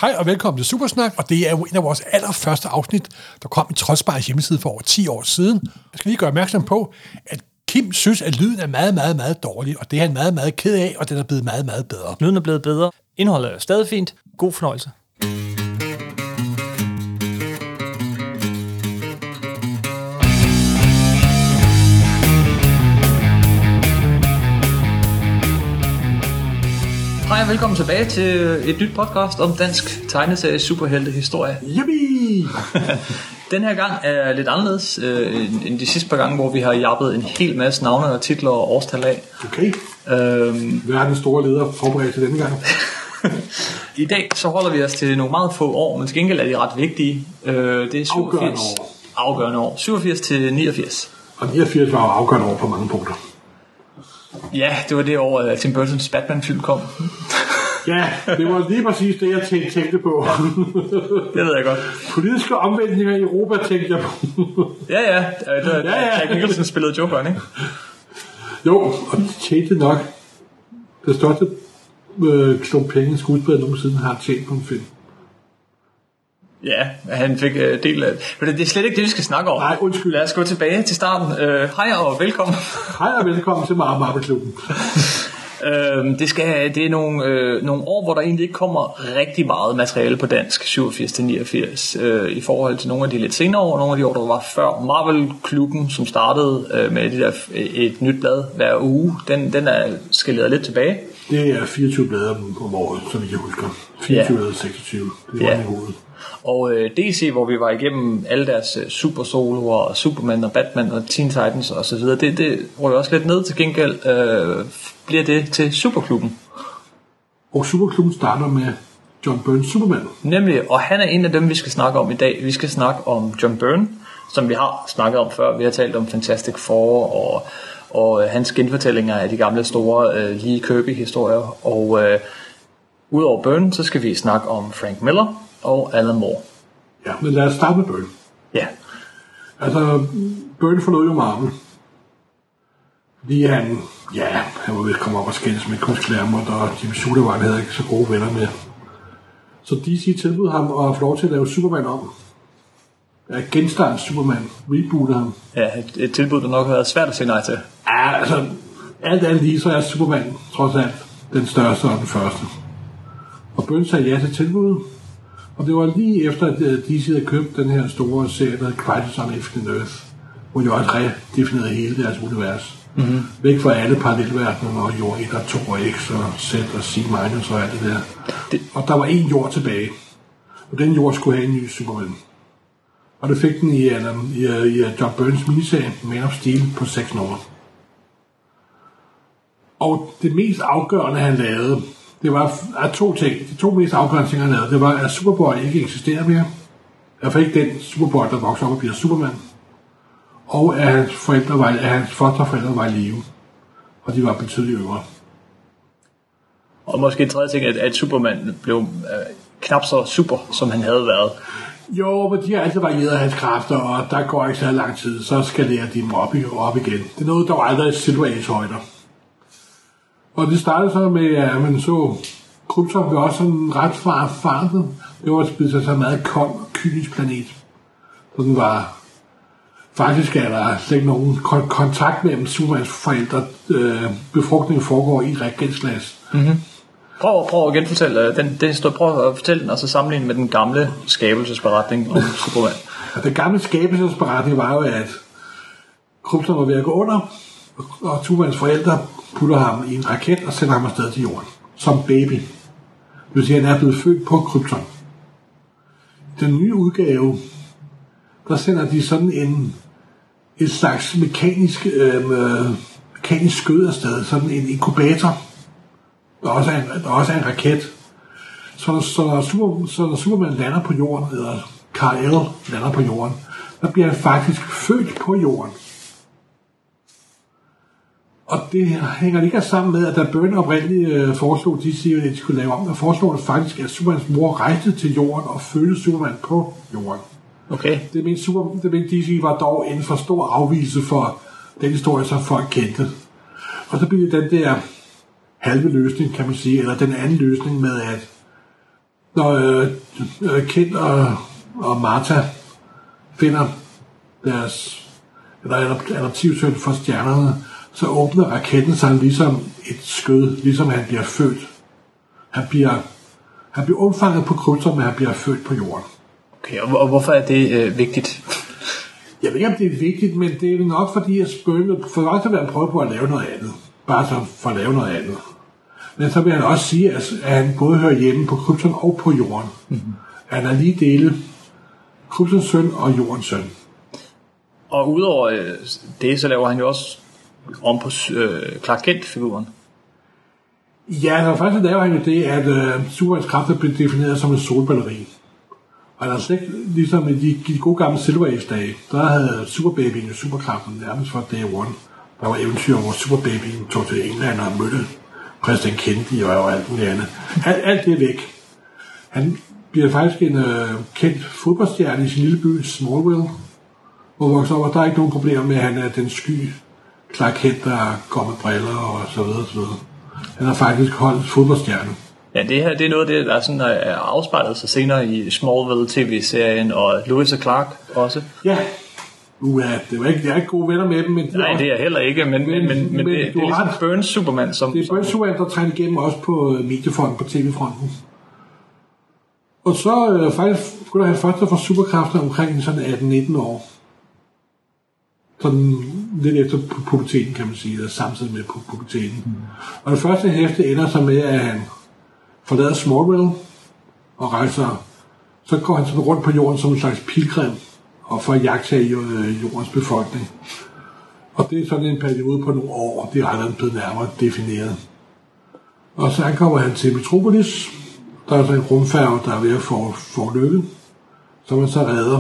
Hej og velkommen til Supersnak, og det er jo en af vores allerførste afsnit, der kom i Troldspejls hjemmeside for over 10 år siden. Jeg skal lige gøre opmærksom på, at Kim synes, at lyden er meget, meget, meget dårlig, og det er han meget, meget ked af, og den er blevet meget, meget bedre. Lyden er blevet bedre, indholdet er stadig fint. God fornøjelse. Hej og velkommen tilbage til et nyt podcast om dansk tegneserie superhelte historie. Yippie! Den her gang er lidt anderledes end de sidste par gange, hvor vi har jappet en hel masse navne og titler og årstal af. Okay. Hvad er den store leder forberedt til denne gang? I dag så holder vi os til nogle meget få år, men til gengæld er de ret vigtige. Det er 87 afgørende år. 87 til 89. Og 89 var jo afgørende år på mange punkter. Ja, det var det år, Tim Burtons Batman-film kom. Ja, det var lige præcis det, jeg tænkte på. Ja, det ved jeg godt. Politiske omvæltninger i Europa tænkte jeg på. Ja. Jack Nicholson spillede Jokeren, ikke? Jo, og det tjente nok. Det største klump penge skuespiller nogensinde har tjent på en film. Ja, han fik del af... Men det er slet ikke det, vi skal snakke om. Nej, undskyld. Lad os gå tilbage til starten. Hej og velkommen. Hej og velkommen til Marvel-klubben. Det er nogle år, hvor der egentlig ikke kommer rigtig meget materiale på dansk, 87-89, i forhold til nogle af de lidt senere år, nogle af de år, der var før. Marvel-klubben, som startede med et nyt blad hver uge, den er skaleret lidt tilbage. Det er 24 blade om året, som jeg husker. 24 eller 26, det var i hovedet. Og DC, hvor vi var igennem alle deres super soloer og Superman og Batman og Teen Titans og så videre, det rører også lidt ned. Til gengæld bliver det til Superklubben. Og Superklubben starter med John Byrnes Superman. Nemlig, og han er en af dem, vi skal snakke om i dag. Vi skal snakke om John Byrne, som vi har snakket om før. Vi har talt om Fantastic Four og hans genfortællinger af de gamle store Lee Kirby-historier. Og udover Byrne, så skal vi snakke om Frank Miller og Alan Moore. Ja, men lad os starte med Byrne. Ja. Altså, Byrne forlod jo Marvel. Fordi han var ved at komme op og skændes med Chris Claremont, og Jimmy Shooter var han havde ikke så gode venner med. Så DC tilbød ham at få lov til at lave Superman om. Ja, genstart Superman, reboote ham. Ja, et tilbud, der nok har været svært at sige nej til. Ja, altså, alt andet lige, så er Superman trods alt den største og den første. Og Byrne sagde ja til tilbuddet. Og det var lige efter, at DC havde købt den her store serie, der hedder Crisis on Infinite Earth, hvor de også redefinerede hele deres univers. Mm-hmm. Væk fra alle parallelverdener og jord 1 og 2 og X og Z og C- og alt det der. Og der var en jord tilbage. Og den jord skulle have en ny Superman. Og det fik den i John Byrnes miniserie Man of Steel på 6 numre. Og det mest afgørende, han lavede, det var to ting. De to mest afgørende ting, han lavede, det var, at Superboy ikke eksisterer mere. I hvert fald ikke den Superboy, der voksede op og bliver Superman. Og at hans fosterforældre var i live. Og de var betydeligt yngre. Og måske en tredje ting, at Superman blev knap så super, som han havde været. Jo, men de har altid varieret hans kræfter, og der går ikke så lang tid, så skalerer de dem op igen. Det er noget, der var aldrig Silver Age-højder. Og det startede så med, at man så Krypton blev også sådan ret fartet. Det var blevet så en meget kold og kynisk planet. Så den var... Faktisk er der slet ikke nogen kontakt mellem Supermans forældre. Befrugtningen foregår i reagensglas. Mm-hmm. Prøv at genfortælle den historie. Prøv at fortælle den, og så sammenligne med den gamle skabelsesberetning om Superman. Den gamle skabelsesberetning var jo, at Krypton var ved at gå under, og Supermans forældre putter ham i en raket og sender ham afsted til jorden. Som baby. Det vil sige, at han er blevet født på Krypton. Den nye udgave, der sender de sådan en slags mekanisk skød afsted, sådan en inkubator, der også er en raket. Så når Superman lander på jorden, eller Kal-El lander på jorden, der bliver han faktisk født på jorden. Og det hænger ikke sammen med, at da Byrne oprindeligt foreslog, at de skulle lave om, der foreslog det faktisk, at Supermans mor rejste til jorden og fødte Superman på jorden. Okay. Det mente DC var dog en for stor afvise for den historie, som folk kendte. Og så blev det den der halve løsning, kan man sige, eller den anden løsning med, at når Kent og Martha finder deres adoptivsøn for stjernerne, så åbner raketten sig ligesom et skød, ligesom han bliver født. Han bliver undfanget på Krypton, men han bliver født på jorden. Okay, og hvorfor er det vigtigt? Jeg ved ikke, om det er vigtigt, men det er nok fordi, at Byrne for også vil prøve på at lave noget andet. Bare så for at lave noget andet. Men så vil han også sige, at han både hører hjemme på Krypton og på jorden. Mm-hmm. Han er lige dele Kryptons søn og jordens søn. Og udover det, så laver han jo også om på Clark Kent-figuren. Ja, når først laver han jo det, at Supermans kræfter bliver defineret som en solbatteri. Og der er slet ikke, ligesom i de gode gamle Silver Age-dage, der havde Superbabyen jo superkraften nærmest fra day one. Der var eventyr, hvor Superbabyen tog til England og mødte præsident Kennedy og alt muligt andet. Alt det er væk. Han bliver faktisk en kendt fodboldstjerne i sin lille by, Smallville, hvor vokser op, og der er ikke nogen problemer med, at han er den sky Clark Kent, der går med briller og så videre, så videre. Han har faktisk holdt fodboldstjerne. Ja, det her det er noget af det, der sådan er afspejlet sig senere i Smallville TV-serien, og Lois og Clark også. Ja, det var ikke, jeg er ikke gode venner med dem. Men nej, det er heller ikke, men det er ligesom Burns Superman. Som, det er Burns Superman, der trænger igennem også på mediefronten, på tv-fronten. Og så faktisk skulle han først få superkræfter omkring sådan 18-19 år. Sådan lidt efter puberteten, kan man sige, eller samtidig med puberteten. Mm. Og det første hæfte ender så med, at han forlader Smallville og rejser, så går han sådan rundt på jorden som en slags pilgrim og får jagtage jordens befolkning. Og det er sådan en periode på nogle år, det er aldrig blevet nærmere defineret. Og så ankommer han til Metropolis, der er så en rumfærge, der er ved at få lykke, som man så redder.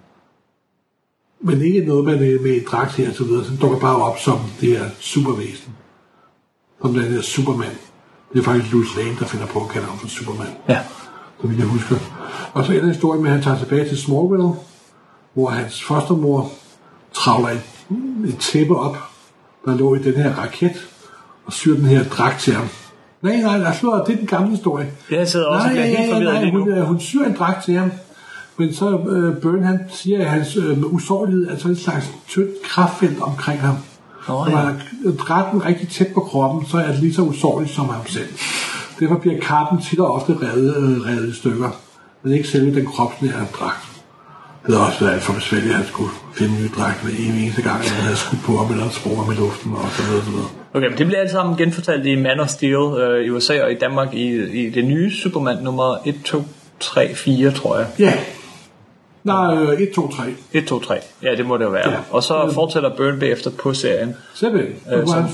Men ikke noget med en dragt her og så videre, så den dukker bare op som det her supervæsen. Som den her Superman. Det er faktisk Louis Lane, der finder på at kalde ham for Superman. Ja. Så vidt jeg husker. Og så ender historien med, at han tager tilbage til Smallville, hvor hans fostermor travler et tæppe op, der lå i den her raket, og syr den her dragt til ham. Nej, det er den gamle historie. Jeg sidder også og bliver helt forvirret lige nu. Hun syr en dragt til ham, men så Byrne, han siger, at hans usårlighed er sådan en slags tyndt kraftfelt omkring ham. Når man har dragten rigtig tæt på kroppen, så er det lige så usårligt som ham selv. Derfor bliver kappen tit og ofte revet i stykker, men ikke selve den kropsnære dragt. Det har også været alt for besværligt, at han skulle finde en ny dragt hver eneste gang, at han havde skudt på ham eller sprunget ham i luften og så videre. Okay, men det bliver alt sammen genfortalt i Man of Steel i USA og i Danmark i det nye Superman nummer 1, 2, 3, 4, tror jeg. Ja. Nej, 1, 2, 3. 1, 2, 3. Ja, det må det jo være. Ja. Og så fortsætter Byrne bagefter på serien. Simpelthen. Han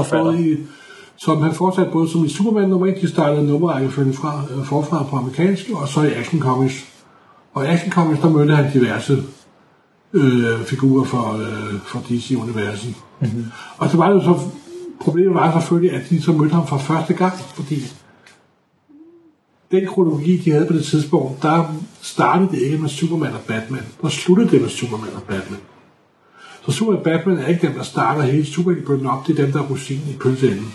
fortsætter både som i Superman nummer 1, de startede nummerrækkefølgen forfra på amerikansk, og så i Action Comics. Og i Action Comics, der mødte han diverse figurer for DC-universet. Mm-hmm. Og så var det jo så, problemet var selvfølgelig, at de så mødte ham for første gang, fordi den kronologi, de havde på det tidspunkt, der startede det ikke med Superman og Batman. Der sluttede det med Superman og Batman. Så Superman og Batman er ikke dem, der starter hele Superman op, det er dem, der er rosinen i pølseenden.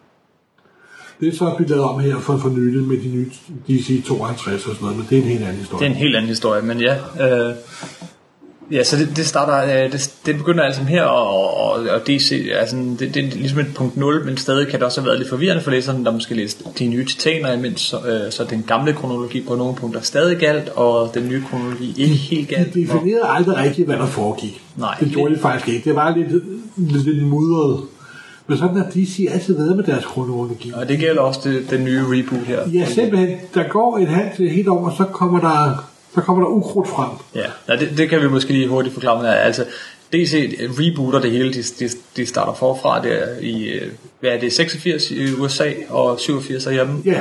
Det er så blevet lavet om her for nylig med de nye DC 52 og sådan noget, men det er en helt anden historie. Det er en helt anden historie, men ja. Ja, så det starter, det begynder altså her, og DC, altså, det er ligesom et punkt 0, men stadig kan det også have været lidt forvirrende for læserne, der måske læste de nye titaner, imens så den gamle kronologi på nogle punkter stadig galt, og den nye kronologi ikke helt galt. De definerede aldrig rigtigt, hvad der foregik. Nej. Det gjorde de faktisk ikke. Det var lidt mudret. Men sådan har DC altid været med deres kronologi. Og det gælder også den nye reboot her. Ja, simpelthen. Der går et halvt til helt over, så kommer der ukrudt frem. Ja, det kan vi måske lige hurtigt forklare. Altså, DC rebooter det hele. De starter forfra der i, hvad er det, 86 i USA og 87 herhjemme. Ja.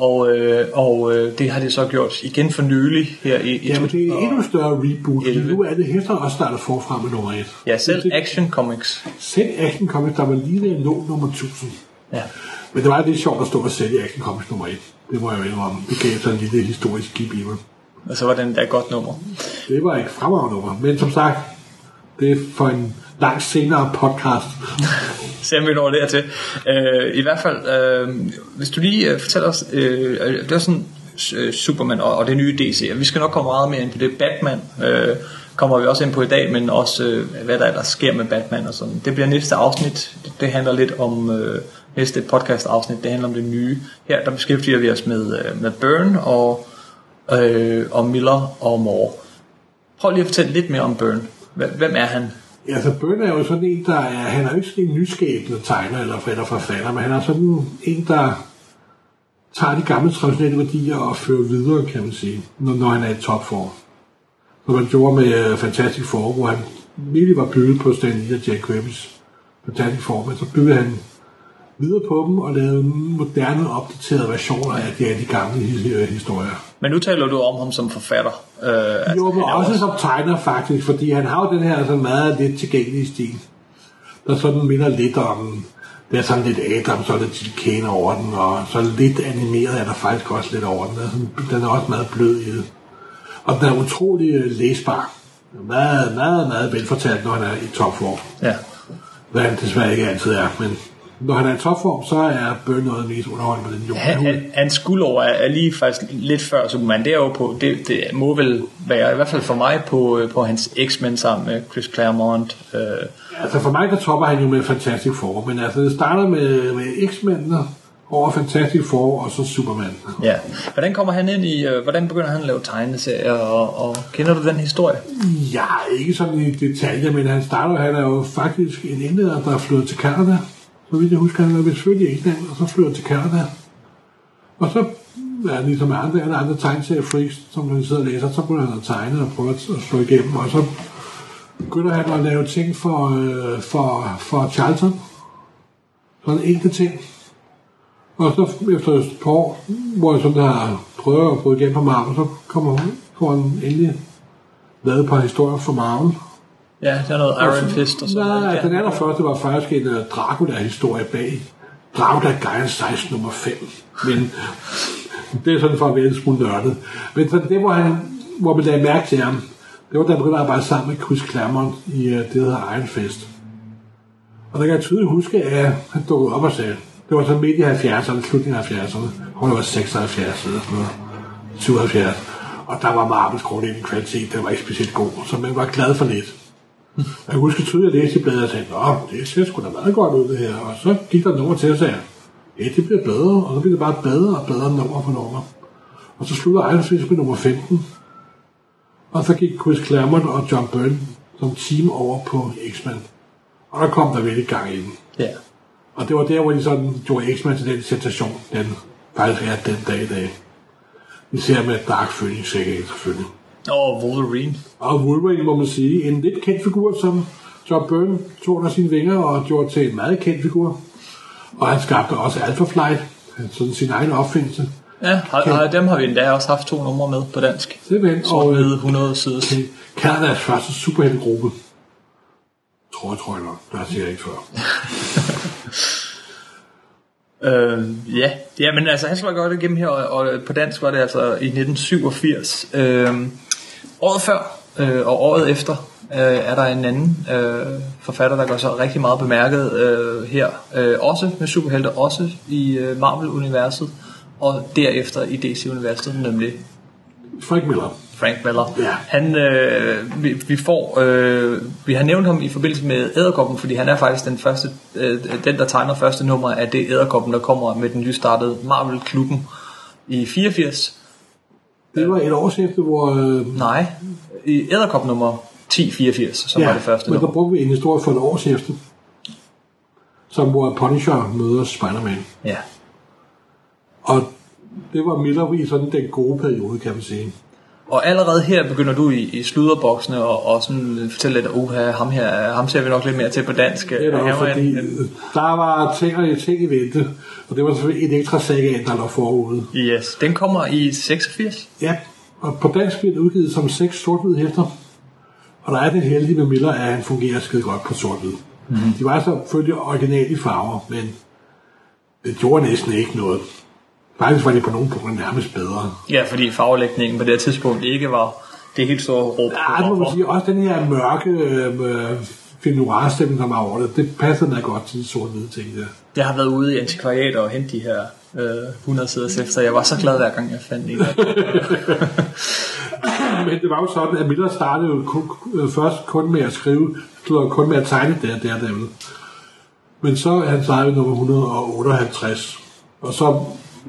Og det har de så gjort igen for nylig her i men det er endnu større reboot. Nu er det hæfter også startet forfra med nummer 1. Ja, selv Action Comics. Selv Action Comics, der var lige ved at nå nummer 1000. Ja. Men det var lidt sjovt at stå og sælge Action Comics nummer 1. Det må jeg jo indrømme. Det gav sådan en lille historisk gib i mig. Og så var den der godt nummer. Det var ikke fremragende nummer. Men som sagt, det er for en langt senere podcast. Se om vi når dertil. I hvert fald, hvis du lige fortæller os, det var sådan Superman og det nye DC. Og vi skal nok komme meget mere ind på det. Batman kommer vi også ind på i dag, men også hvad der ellers sker med Batman og sådan. Det bliver næste afsnit. Det handler lidt om næste podcast afsnit. Det handler om det nye. Her der beskæftiger vi os med Byrne og Miller og Moore. Prøv lige at fortælle lidt mere om Byrne. Hvem er han? Ja, altså Byrne er jo sådan en, han er jo ikke sådan en nyskabende tegner eller forfatter, men han er sådan en, der tager de gamle traditionelle værdier og fører videre, kan man sige, når han er i topform. Som man gjorde med Fantastic Four, hvor han virkelig var bygget på Stan Lee og Jack Kirby's Fantastic Four, men så byggede han videre på dem og lavede moderne, opdaterede versioner af de gamle historier. Men nu taler du om ham som forfatter. Jo, men også som tegner faktisk, fordi han har jo den her sådan meget lidt tilgængelige stil, der sådan minder lidt om, det er sådan lidt Adam, så er det Jill Kane over den, og så lidt animeret er der faktisk også lidt over den. Den er også meget blød i det. Og den er utrolig læsbar. Meget, meget, meget velfortalt, når han er i topform. Ja. Hvad han desværre ikke altid er, men når han er i topform, så er Byrne noget mest underholdende med den jord. Hans guldår er lige faktisk lidt før Superman. Det er jo på, det må vel være, i hvert fald for mig, på hans X-Men sammen med Chris Claremont. Altså for mig, der topper han jo med Fantastic Four, men altså det starter med X-Men'ene over Fantastic Four og så Superman. Ja. Hvordan kommer han ind i, hvordan begynder han at lave tegneserier, og kender du den historie? Ja, ikke sådan i detaljer, men han er jo faktisk en englænder, der er flyttet til Canada. Så vidt jeg husker, han er selvfølgelig i England, og så flytter til Canada. Og så er det ligesom andre tegneseriefreaks, som man sidder og læser, så begynder han at tegne og prøve at slå igennem, og så begynder han at lave ting for Charlton. Sådan enkelte ting. Og så efter et par år, hvor jeg sådan har prøvet at bryde igennem på Marvel, så får han endelig lavet et par historier for Marvel. Ja, det er noget Iron Fist og sådan noget. Nej, den allerførste var faktisk en Dracula-historie bag Dracula Guide 16 nummer 5. Men det er sådan for at være en smule nørdet. Men så det, hvor man lagde mærke til ham, det var da han begyndte at arbejde sammen med Chris Claremont i det, der hedder Iron Fist. Og der kan jeg tydeligt huske, at han dukkede op og sagde, det var så midt i 70'erne, slutningen af 70'erne, og det var 76 eller sådan noget, 77. Og der var Marvels grundlæggende kvalitet, der var ikke specielt god, så man var glad for lidt. Jeg husker tydeligt at læse i bladet og sagde, det ser sgu da meget godt ud det her. Og så gik der nummer til og sagde, det bliver bedre, og så bliver det bare bedre og bedre nummer på nummer. Og så slutter Iron Fist med nummer 15. Og så gik Chris Claremont og John Byrne som team over på X-Men. Og der kom der virkelig gang i den. Ja. Og det var der, hvor de sådan gjorde X-Men til den sensation, den faktisk er den dag i dag. Vi ser med Dark Phoenix selvfølgelig. Og Wolverine. Og Wolverine, må man sige, en lidt kendt figur, som John Byrne tog under sine vinger og gjorde til en meget kendt figur. Og han skabte også Alpha Flight, sådan sin egen opfindelse. Ja, dem har vi endda også haft 2 numre med på dansk. Simpelthen. Og 100 sider. Kanadas første superheltegruppe. Tror jeg nok. Det siger jeg ikke før. Ja, men altså han slår godt igennem her, og på dansk var det altså i 1987. Året før og året efter er der en anden forfatter, der gør så rigtig meget bemærket her, også med superhelte, også i Marvel-universet, og derefter i DC-universet, nemlig Frank Miller. Ja. Han, vi har nævnt ham i forbindelse med Edderkoppen, fordi han er faktisk den der tegner første nummer af det Edderkoppen, der kommer med den nystartede Marvel-klubben i 84. Det var et årsefter, hvor... Nej, i Edderkoppen nummer 1084, som var det første nummer. Men der brugte vi en historie for et årsefter, som hvor Punisher møder Spider-Man. Ja. Og det var Miller i sådan den gode periode, kan man sige. Og allerede her begynder du i sluderboksene og sådan fortælle lidt, ham ser vi nok lidt mere til på dansk. Det er nok, fordi der var ting i vente, og det var selvfølgelig et ekstra sagaen, der lå forude. Yes, den kommer i 86. Ja, og på dansk bliver det udgivet som 6 sort-hvide hæfter. Og der er det heldige med Miller, at han fungerer skide godt på sort-hvid. Mm-hmm. De var selvfølgelig originale i farver, men det gjorde næsten ikke noget. Faktisk var det på nogle punkter nærmest bedre. Ja, fordi farvelægningen på det her tidspunkt ikke var det helt store råb. Ja, det må man sige. Også den her mørke film noir-stemning, der var over det passer meget godt til de sort-hvide ting der. Jeg har været ude i antikvariater og hente de her 100 sider efter. Jeg var så glad hver gang jeg fandt en. Men det var jo sådan, at Miller startede jo først kun med at skrive, kun med at tegne Daredevil. Men så er han startet nummer 158. Og så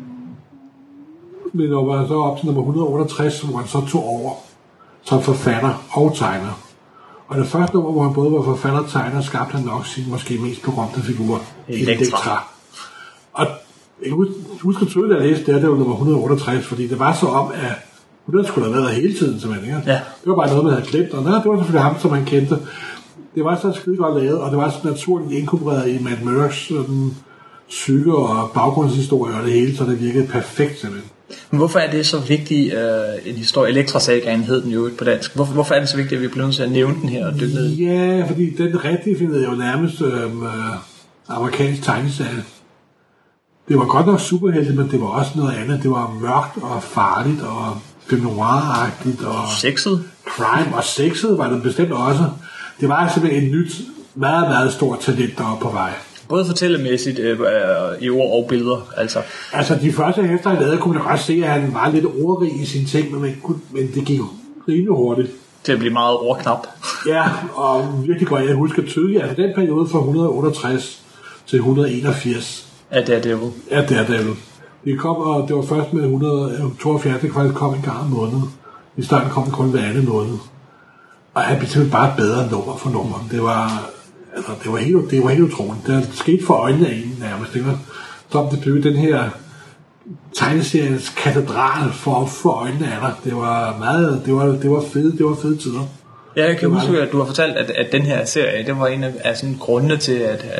men når man så op til nummer 168, hvor han så tog over som forfatter og tegner. Og det første nummer, hvor han både var forfatter og tegner, skabte han nok sin måske mest berømte figur, Elektra. Og jeg husker tydeligt, at jeg læste det var nummer 168, fordi det var så om, at hun skulle have været der hele tiden, simpelthen. Ikke? Ja. Det var bare noget, man havde glemt, og det var selvfølgelig ham, som man kendte. Det var så skide godt lavet, og det var så naturligt inkorporeret i Matt Murdochs psyke og baggrundshistorie og det hele, så det virkede perfekt, simpelthen. Men hvorfor er det så vigtigt, en historie, Elektra-sagaen hed den jo på dansk, hvorfor er det så vigtigt, at vi bliver nødt til at nævne den her og dykke ned? Ja, fordi den redefinerede jo nærmest amerikansk tegneserie. Det var godt nok superhelte, men det var også noget andet. Det var mørkt og farligt og film noir-agtigt og sexet. Crime og sexet var det bestemt også. Det var simpelthen et nyt, meget, meget stort talent, der var på vej. Både fortællemæssigt i ord og billeder, altså. Altså, de første hæfter, han lavede, kunne man godt se, at han var lidt ordrig i sine ting, men det gik jo rimelig hurtigt. Til at blive meget ordknap. Ja, og virkelig godt. Jeg husker tydeligt, at den periode fra 168 til 181. Ja, Daredevil. Ja, Daredevil. Det kom, og det var først med 172, det faktisk kom en gang om måneden. I starten kom det kun hver anden måned. Og han blev bare bedre nummer for nummer. Det var helt utroligt. Det skete for øjnene af en nærmest. Det var som det blev den her tegneseriens katedral for øjnene af dig. Det var meget, det var fede tider. Ja, jeg kan huske, at du har fortalt, at den her serie, det var en af sådan grundene til,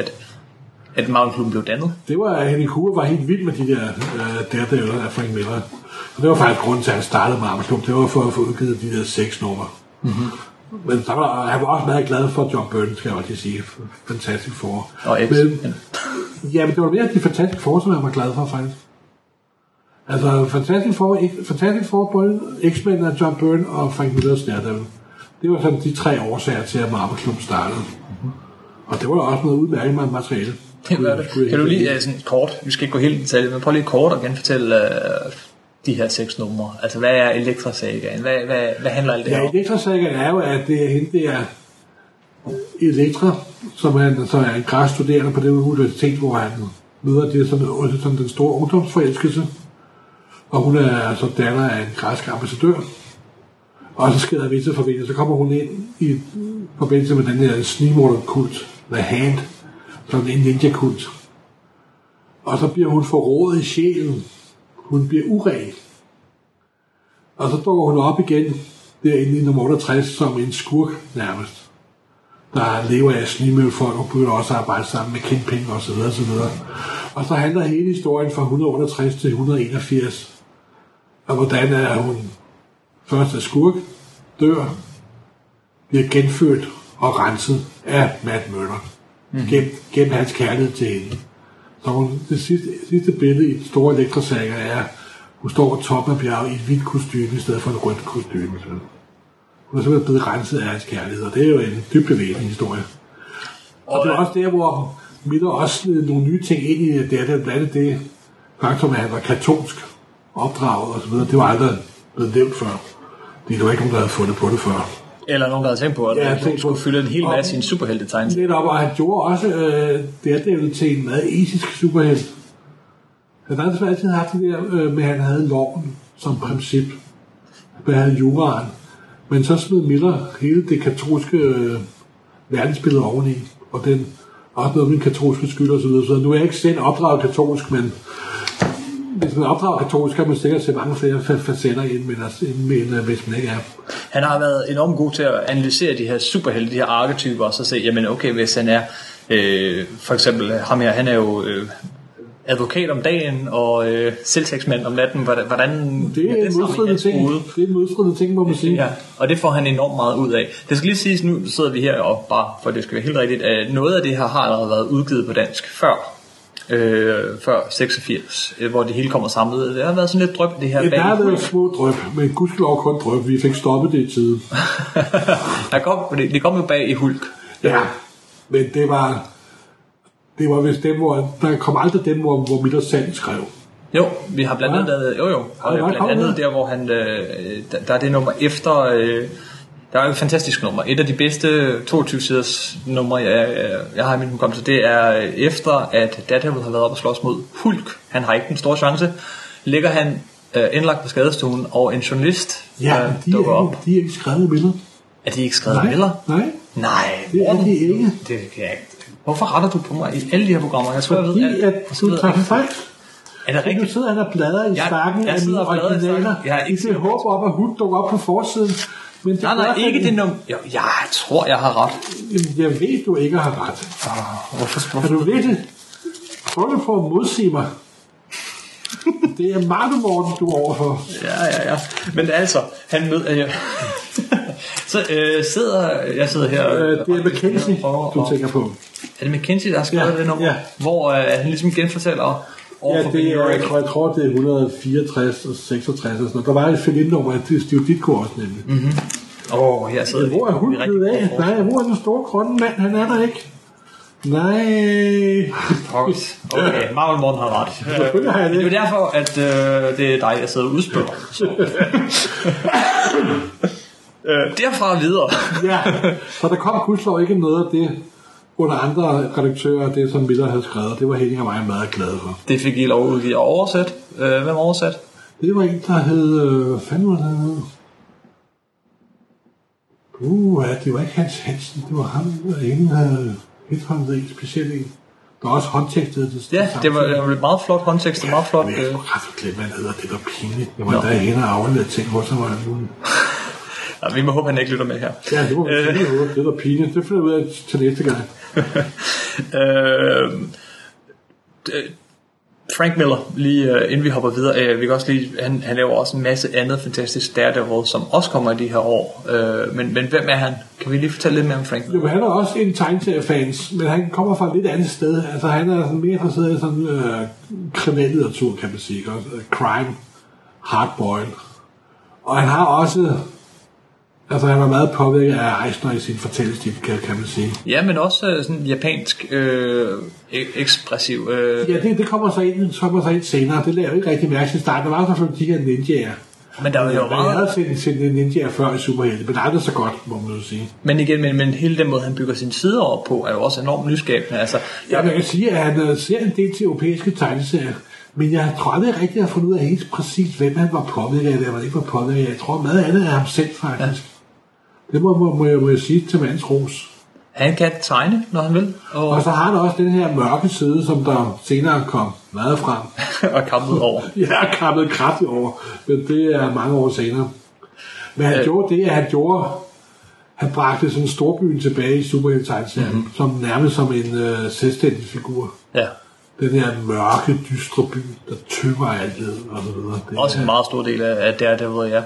at Marvel-klubben blev dannet. Det var, Henning Hoover var helt vild med de der Daredevil af Frank Miller. Og det var faktisk grunden til, at han startede Marvel-klubben. Det var for at få udgivet de der 6 numre. Mm-hmm. Men han var også meget glad for John Byrne, skal jeg også sige. Fantastic Four. Og X. Men det var mere de Fantastic Four, som jeg var glad for, faktisk. Altså, Fantastic Four, både X-Men af John Byrne og Frank Millers Daredevil. Det var sådan de 3 årsager til, at Marvel-klubben startede. Mm-hmm. Og det var også noget udmærket med materiale. Det var det. Kan du lige sådan kort, vi skal ikke gå helt i detalje, men prøv lige kort at genfortælle de her 6 numre. Altså, hvad er Elektra-sagaen? Hvad handler alt det her om? Ja, Elektra-sagaen er jo, at det er Elektra, som er en græsk studerende på det universitet, hvor han møder det som den store ungdomsforelskelse. Og hun er altså datter af en græsk ambassadør. Og så sker der visse forbindelser. Så kommer hun ind i forbindelse med den her snigmorderkult, The Hand, som en ninja-kult. Og så bliver hun forrådet i sjælen. Hun bliver uren. Og så dukker hun op igen derinde i nummer 68 som en skurk nærmest. Der lever af snigmøl folk og begynder også at arbejde sammen med Kingpin og så videre, så videre. Og så handler hele historien fra 168 til 181. Og hvordan er hun først er skurk, dør, bliver genfødt og renset af Matt Murdock. Gennem hans kærlighed til hende. Så det sidste billede i den store Elektra-saga er, hun står på toppen af bjerget i et hvidt kostyme i stedet for et rødt kostyme. Hun er simpelthen blevet renset af hans kærlighed, og det er jo en dybt bevægende historie. Og det er også der, hvor Miller også sned nogle nye ting ind i det, der blandt det faktum, at han var katolsk opdraget og så videre. Det var aldrig blevet nævnt før. Det var ikke nogen, der havde fundet på det før. Eller nogen, der havde tænkt på, at han skulle fylde en hel masse i en superheltetegn. Lidt op, og han gjorde også Daredevil til en meget etisk superhelt. Han har altså altid haft det der med, at han havde loven som princip. Han havde juraen. Men så smed Miller hele det katolske verdensbillede oveni. Og den også noget med den katolske skyld og så videre. Så nu er jeg ikke selv opdraget katolsk, men hvis man opdrager katolsk, kan man sikkert se mange flere facetter ind, hvis man ikke er. Han har været enormt god til at analysere de her superhelte, de her arketyper, og så se, jamen okay, hvis han er, for eksempel ham her, han er jo advokat om dagen, og selvtægtsmand om natten, hvordan... Det er en modstridende ting. Det er en modstridende ting, må man sige. Ja, og det får han enormt meget ud af. Det skal lige siges, nu sidder vi her, og bare for det skal være helt rigtigt, at noget af det her har allerede været udgivet på dansk før 86, hvor det hele kommer samlet. Det har været sådan lidt drøb, det her. Ja, der har været små drøb, men gudskelov kun drøb. Vi fik stoppet det i tide. det kom jo bag i Hulk. Ja, men det var vist dem, hvor der kom aldrig dem, hvor Miller selv skrev. Jo, vi har blandt andet blandt andet der, hvor han der er det nummer efter der er et fantastisk nummer. Et af de bedste 22-siders numre, jeg har i min hukommelse, det er efter, at Daredevil har været op og slås mod Hulk. Han har ikke den store chance. Ligger han indlagt på skadestuen, og en journalist dukker op. De er ikke skrevet i billeder. Er de ikke skrevet i billeder? Nej, det er de ikke. Det kan jeg ikke. Hvorfor retter du på mig i alle de her programmer? Jeg tror, jeg ved, at du tager fejl. Er det rigtigt? Du sidder og bladrer i stakken af mine originaler. I det håb op, at hun dukker op på forsiden. Men det nej, ikke det nummer. Jeg tror, jeg har ret. Jeg ved, du ikke har ret. Hvorfor? Er du ved det? Prøv at få at modsige mig. Det er Martin, du er overfor. Ja. Men altså, han møder... Så jeg sidder her... det er McKenzie, du tænker på. Er det McKenzie, der har skrevet det nummer? Ja. Hvor han ligesom genfortæller... det er, jeg tror, det er 164 og 66 og sådan. Der var et fill-in-nummer, det er Steve Ditko også nemlig. Her sidder hvor er hun blevet af? Nej, hvor er den store grønne mand? Han er der ikke. Nej. Okay, Marvel Morten har ret. Selvfølgelig har jeg det. Det er derfor, at det er dig, jeg sidder og udspørger. Derfra videre. Så der kom pludselig ikke noget af det under andre redaktører, det som Miller havde skrevet. Det var Henning og mig meget glade for. Det fik I lov at udgive og oversat. Hvem oversat? Det var en, der hed... fanden var det? Det var ikke Hans Hansen. Det var ham, der ingen havde hedhåndet en specielt en. Der var også håndtekstet det. Ja, det var et meget flot håndtekst. Meget flot. Jeg kan ret glemme, hvad han hedder. Det var pinligt. Jeg var der hen og afledt ting, hvor så var han nu. Ja, vi må håbe, han ikke lytter med her. Ja, det må vi sige. Det var pinligt. Det finder jeg ud af til næste gang. Frank Miller, lige inden vi hopper videre, vi kan også lige, han laver også en masse andet fantastisk Daredevil, som også kommer i de her år. Men hvem er han? Kan vi lige fortælle lidt mere om Frank Miller? Jo, han er også en tegneseriefans, men han kommer fra et lidt andet sted. Altså han er sådan mere interesseret i sådan kriminallitteratur, kan man sige. Crime, hardboiled. Og han har også... Altså han var meget påvirket af Eisner i sin fortællestil, kan man sige. Ja, men også sådan japansk ekspressiv. Ja, det kommer så ind senere. Det lader jeg ikke rigtig mærke til starten. Der var selvfølgelig de her ninjaer. Men der var jo meget... Jeg havde set ninjaer før i Superhelte, men aldrig så godt, må man jo sige. Men igen, men hele den måde, han bygger sine sider op på, er jo også enormt nyskabende. Altså, ja, man kan sige, at han ser en del til europæiske tegneserier. Men jeg tror aldrig rigtigt, at have fundet ud af helt præcis, hvem han var påvirket af, eller han ikke var påvirket af. Jeg tror meget andet er ham selv, faktisk. Ja. Det må jeg sige til mands ros. Han kan tegne, når han vil. Og så har han også den her mørke side, som der senere kom meget frem. Og kappet over. Ja, kappet kraftigt over. Men det er mange år senere. Men han gjorde det, at han bragte sådan en storbyen tilbage i Superhelte-tegneserien, som nærmest som en selvstændig figur. Ja. Den her mørke, dystre by, der tømmer alt og så videre. Det også en meget stor del af Daredevil, ja.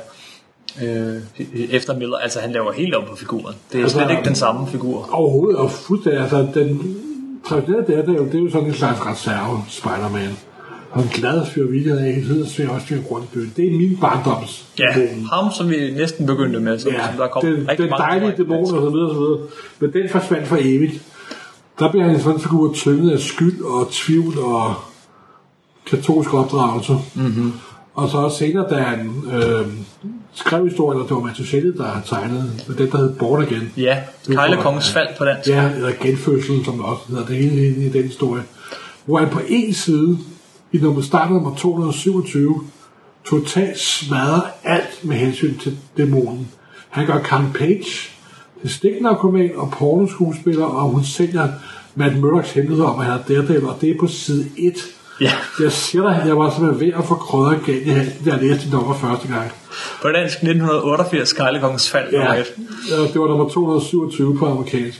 Efter Miller, altså han laver helt om på figuren. Det er altså, slet ikke den samme figur. Overhovedet, og fuldstændig, altså den traditionelle det er jo sådan en slags reserve Spider-Man. Og en glad fyr vildt af hele tiden, så jeg også rundt i byen. Det er min barndoms. Ja, ham som vi næsten begyndte med, som der kom den dejlige dæmon og så videre. Men den forsvandt for evigt. Der bliver han en sådan figur tynget af skyld og tvivl og katolsk opdragelse. Mm-hmm. Og så også senere, da han skrev historien, og det var Mattuschelli, der har tegnet den, der hed Born Again. Ja, Kejlekongens fald på dansk. Ja, eller Genfødselen, som det også hedder, det hele i den historie. Hvor han på en side, i starten nummer 227, totalt smadrer alt med hensyn til dæmonen. Han gør Karen Page til stiknarkoman og pornoskuespiller, og hun sælger Matt Murdochs hemmelighed om, at han er Daredevil, og det er på side 1. Ja. Jeg siger dig, jeg var simpelthen ved at få krødder galt i halsen, da jeg læste nummer første gang. På dansk 1988, Kejlekongens fald. Ja, det var nummer 227 på amerikansk.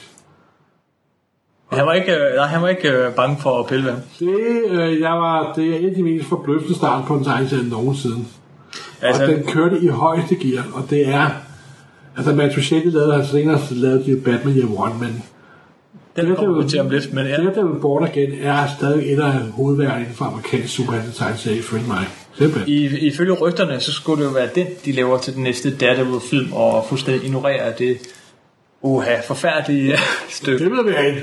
Han var ikke bange for at pille ved ham. Det er en af de mest forbløffende start på en tegneserie nogensinde. Altså, og den kørte i højeste gear, og det er... Altså, Mattuschelli senere lavede de Batman Year One, men... Den kommer til om lidt, men ja. Daredevil Born Again er stadig et af hovedværkerne inden for amerikansk superhelte-tegneserie, ifølge mig. Ifølge rygterne, så skulle det jo være den, de laver til den næste Daredevil-film, og fuldstændig ignorerer det Forfærdelige stykke. Det vil være et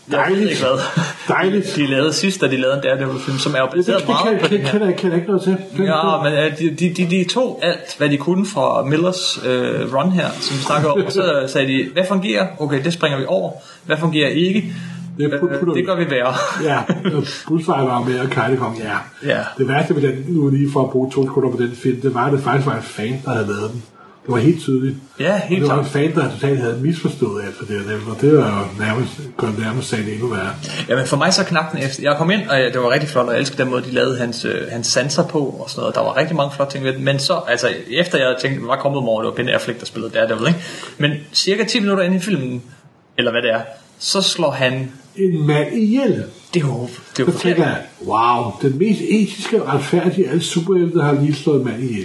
dejligt. De lavede sidst, da de lavede en Daredevil-film, som er jo baseret meget på det her. Det kan jeg ikke noget til. Ja, men de tog alt, hvad de kunne fra Millers run her, som vi snakker om, og så sagde de, hvad fungerer? Okay, det springer vi over. Hvad fungerer ikke? Det gør vi værre. Ja, Bullseye var med, og Kajle kom, ja. Det værste ved den, nu lige for at bruge 2 sekunder på den film, det var, at det faktisk var en fan, der havde lavet den. Det var helt tydeligt. Ja, helt det var en fan, der totalt havde misforstået alt for det, og det var jo nærmest sagen endnu værre. Ja, men for mig så knap den efter. Jeg kom ind, og det var rigtig flot, og jeg elskede den måde, de lavede hans sanser på, og sådan noget. Der var rigtig mange flotte ting ved det. Men så, altså, efter jeg tænkte, var kommet over, det var Ben Affleck, der spillede Daredevil, ikke? Men cirka 10 minutter inde i filmen, eller hvad det er, så slår han en mand ihjel. Det er jo så tænker jeg, wow, den mest etiske og retfærdige af alle superhelte har lige slået en mand ihjel.